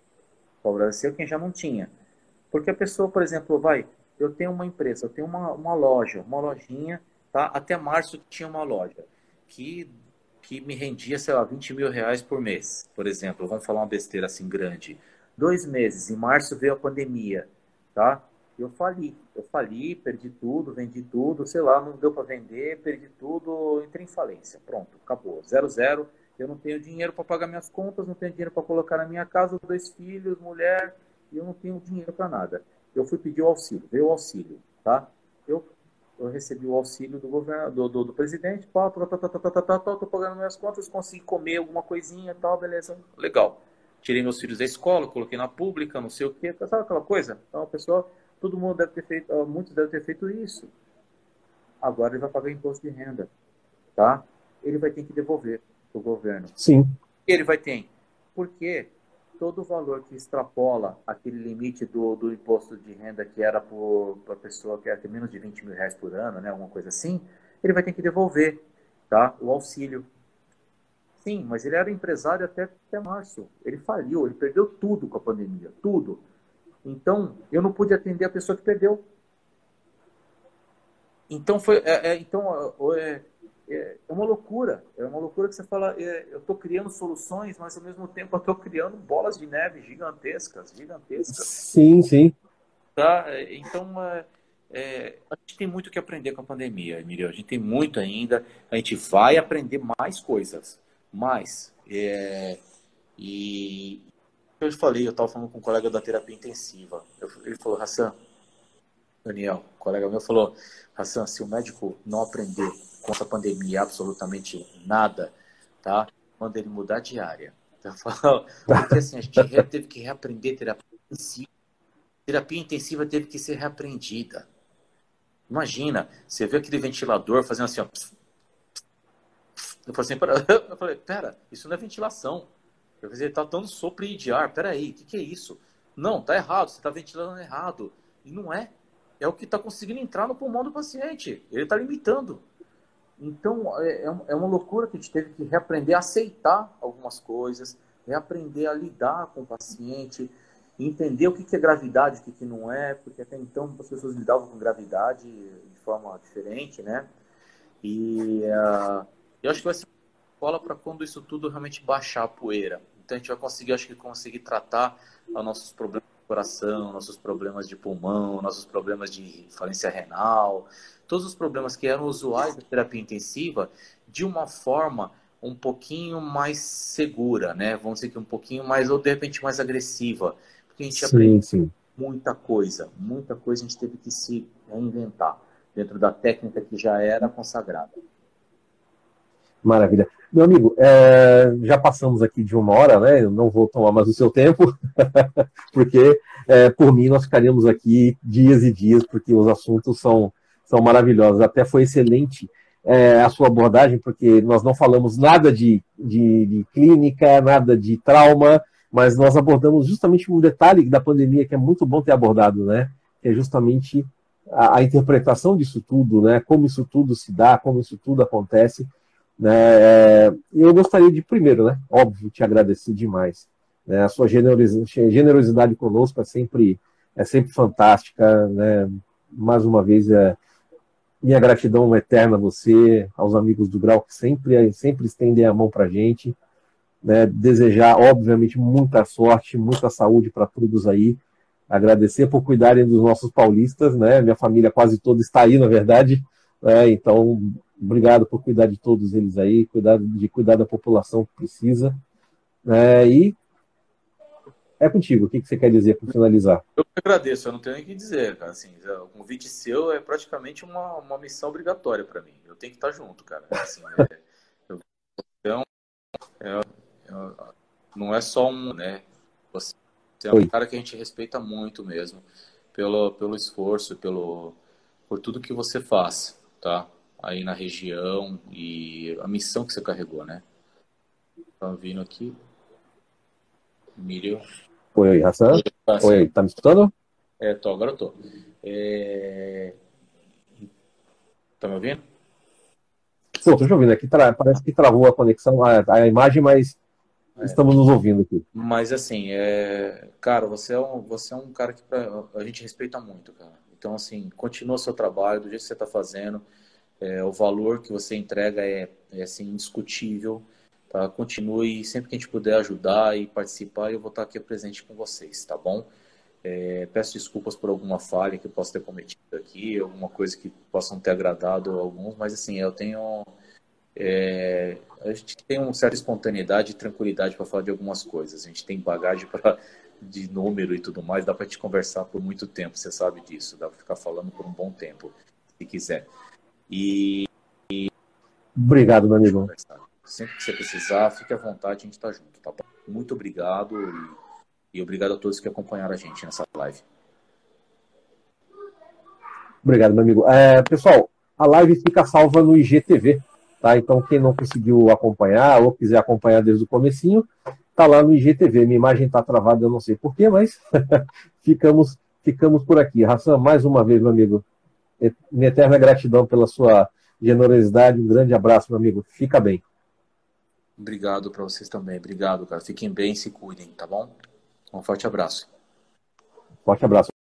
Porque a pessoa, por exemplo, eu tenho uma empresa, eu tenho uma lojinha, tá? Até março tinha uma loja que me rendia, sei lá, 20 mil reais por mês, por exemplo. Vamos falar uma besteira assim grande. 2 meses, em março veio a pandemia, tá? Eu fali, perdi tudo, vendi tudo, sei lá, não deu para vender, perdi tudo, entrei em falência. Pronto, acabou. 0-0, Eu não tenho dinheiro para pagar minhas contas, não tenho dinheiro para colocar na minha casa 2 filhos, mulher, e eu não tenho dinheiro para nada. Eu fui pedir o auxílio, veio o auxílio, tá? Eu, eu recebi o auxílio do governo, do presidente, pá, tô pagando minhas contas, consegui comer alguma coisinha, tal, beleza, legal. Tirei meus filhos da escola, coloquei na pública, não sei o quê, sabe aquela coisa? Então, a pessoa, todo mundo deve ter feito, muitos devem ter feito isso. Agora ele vai pagar imposto de renda, tá? Ele vai ter que devolver para o governo. Sim. Ele vai ter. Porque todo o valor que extrapola aquele limite do imposto de renda que era para a pessoa que era menos de 20 mil reais por ano, né, alguma coisa assim, ele vai ter que devolver, tá? O auxílio. Sim, mas ele era empresário até março. Ele faliu, ele perdeu tudo com a pandemia, tudo. Então, eu não pude atender a pessoa que perdeu. Então, é uma loucura. É uma loucura que você fala, eu estou criando soluções, mas ao mesmo tempo eu estou criando bolas de neve gigantescas, gigantescas. Sim, sim. Tá? Então, a gente tem muito que aprender com a pandemia, Emílio. A gente tem muito ainda. A gente vai aprender mais coisas. Mais. E eu falei, eu estava falando com um colega da terapia intensiva. Ele falou, Hassan, Daniel, um colega meu falou, Hassan, se o médico não aprender com essa pandemia absolutamente nada, tá? Manda ele mudar de área. Porque assim, a gente teve que reaprender terapia intensiva. Terapia intensiva teve que ser reaprendida. Imagina, você vê aquele ventilador fazendo assim, ó. Eu falei, pera, isso não é ventilação. Eu falei, ele tá dando sopro de ar, peraí, o que é isso? Não, tá errado, você tá ventilando errado. E não é. É o que está conseguindo entrar no pulmão do paciente. Ele está limitando. Então, é uma loucura que a gente teve que reaprender a aceitar algumas coisas, reaprender a lidar com o paciente, entender o que é gravidade e o que não é, porque até então as pessoas lidavam com gravidade de forma diferente, né? E eu acho que vai ser uma escola para quando isso tudo realmente baixar a poeira. Então, a gente vai conseguir, acho que conseguir tratar os nossos problemas coração, nossos problemas de pulmão, nossos problemas de falência renal, todos os problemas que eram usuais da terapia intensiva, de uma forma um pouquinho mais segura, né? Vamos dizer que um pouquinho mais, ou de repente mais agressiva, porque a gente aprende muita coisa a gente teve que se reinventar dentro da técnica que já era consagrada. Maravilha. Meu amigo, já passamos aqui de 1 hora, né? Eu não vou tomar mais o seu tempo, porque por mim nós ficaríamos aqui dias e dias, porque os assuntos são maravilhosos. Até foi excelente a sua abordagem, porque nós não falamos nada de clínica, nada de trauma, mas nós abordamos justamente um detalhe da pandemia que é muito bom ter abordado, né? Que é justamente a interpretação disso tudo, né? Como isso tudo se dá, como isso tudo acontece. Eu gostaria de, primeiro, né, óbvio, te agradecer demais. Né, a sua generosidade conosco é sempre fantástica. Né, mais uma vez, minha gratidão eterna a você, aos amigos do Grau, que sempre estendem a mão para a gente. Né, desejar, obviamente, muita sorte, muita saúde para todos aí. Agradecer por cuidarem dos nossos paulistas. Né, minha família quase toda está aí, na verdade. Então, obrigado por cuidar de todos eles aí, cuidar da população que precisa. E é contigo, o que você quer dizer para finalizar? Eu que agradeço, eu não tenho nem o que dizer, cara. Assim, o convite seu é praticamente uma missão obrigatória para mim. Eu tenho que estar junto, cara. Assim, não é só né? Você é um cara que a gente respeita muito mesmo, pelo esforço, por tudo que você faz, tá? Aí na região e a missão que você carregou, né? Tá vindo aqui. Emílio. Oi, Hassan? Oi, tá me escutando? Agora eu tô. Tá me ouvindo? Sim, tô te ouvindo aqui. Parece que travou a conexão, a imagem, mas estamos nos ouvindo aqui. Mas assim, cara, você é um cara que a gente respeita muito, cara. Então, assim, continua o seu trabalho do jeito que você tá fazendo. O valor que você entrega é assim, indiscutível. Tá? Continue, sempre que a gente puder ajudar e participar, eu vou estar aqui presente com vocês, tá bom? Peço desculpas por alguma falha que eu possa ter cometido aqui, alguma coisa que possa não ter agradado a alguns, mas assim, eu tenho a gente tem uma certa espontaneidade e tranquilidade para falar de algumas coisas. A gente tem bagagem de número e tudo mais, dá para te conversar por muito tempo, você sabe disso, dá para ficar falando por um bom tempo, se quiser. E Obrigado, meu amigo. sempre que você precisar, fique à vontade, a gente está junto, tá bom? Muito obrigado e obrigado a todos que acompanharam a gente nessa live. Obrigado, meu amigo. Pessoal, a live fica salva no IGTV, tá? Então, quem não conseguiu acompanhar ou quiser acompanhar desde o comecinho, tá lá no IGTV. Minha imagem tá travada, eu não sei porquê, mas ficamos por aqui. Hassan, mais uma vez, meu amigo, minha eterna gratidão pela sua generosidade. Um grande abraço, meu amigo. Fica bem. Obrigado para vocês também. Obrigado, cara. Fiquem bem, se cuidem, tá bom? Um forte abraço. Forte abraço.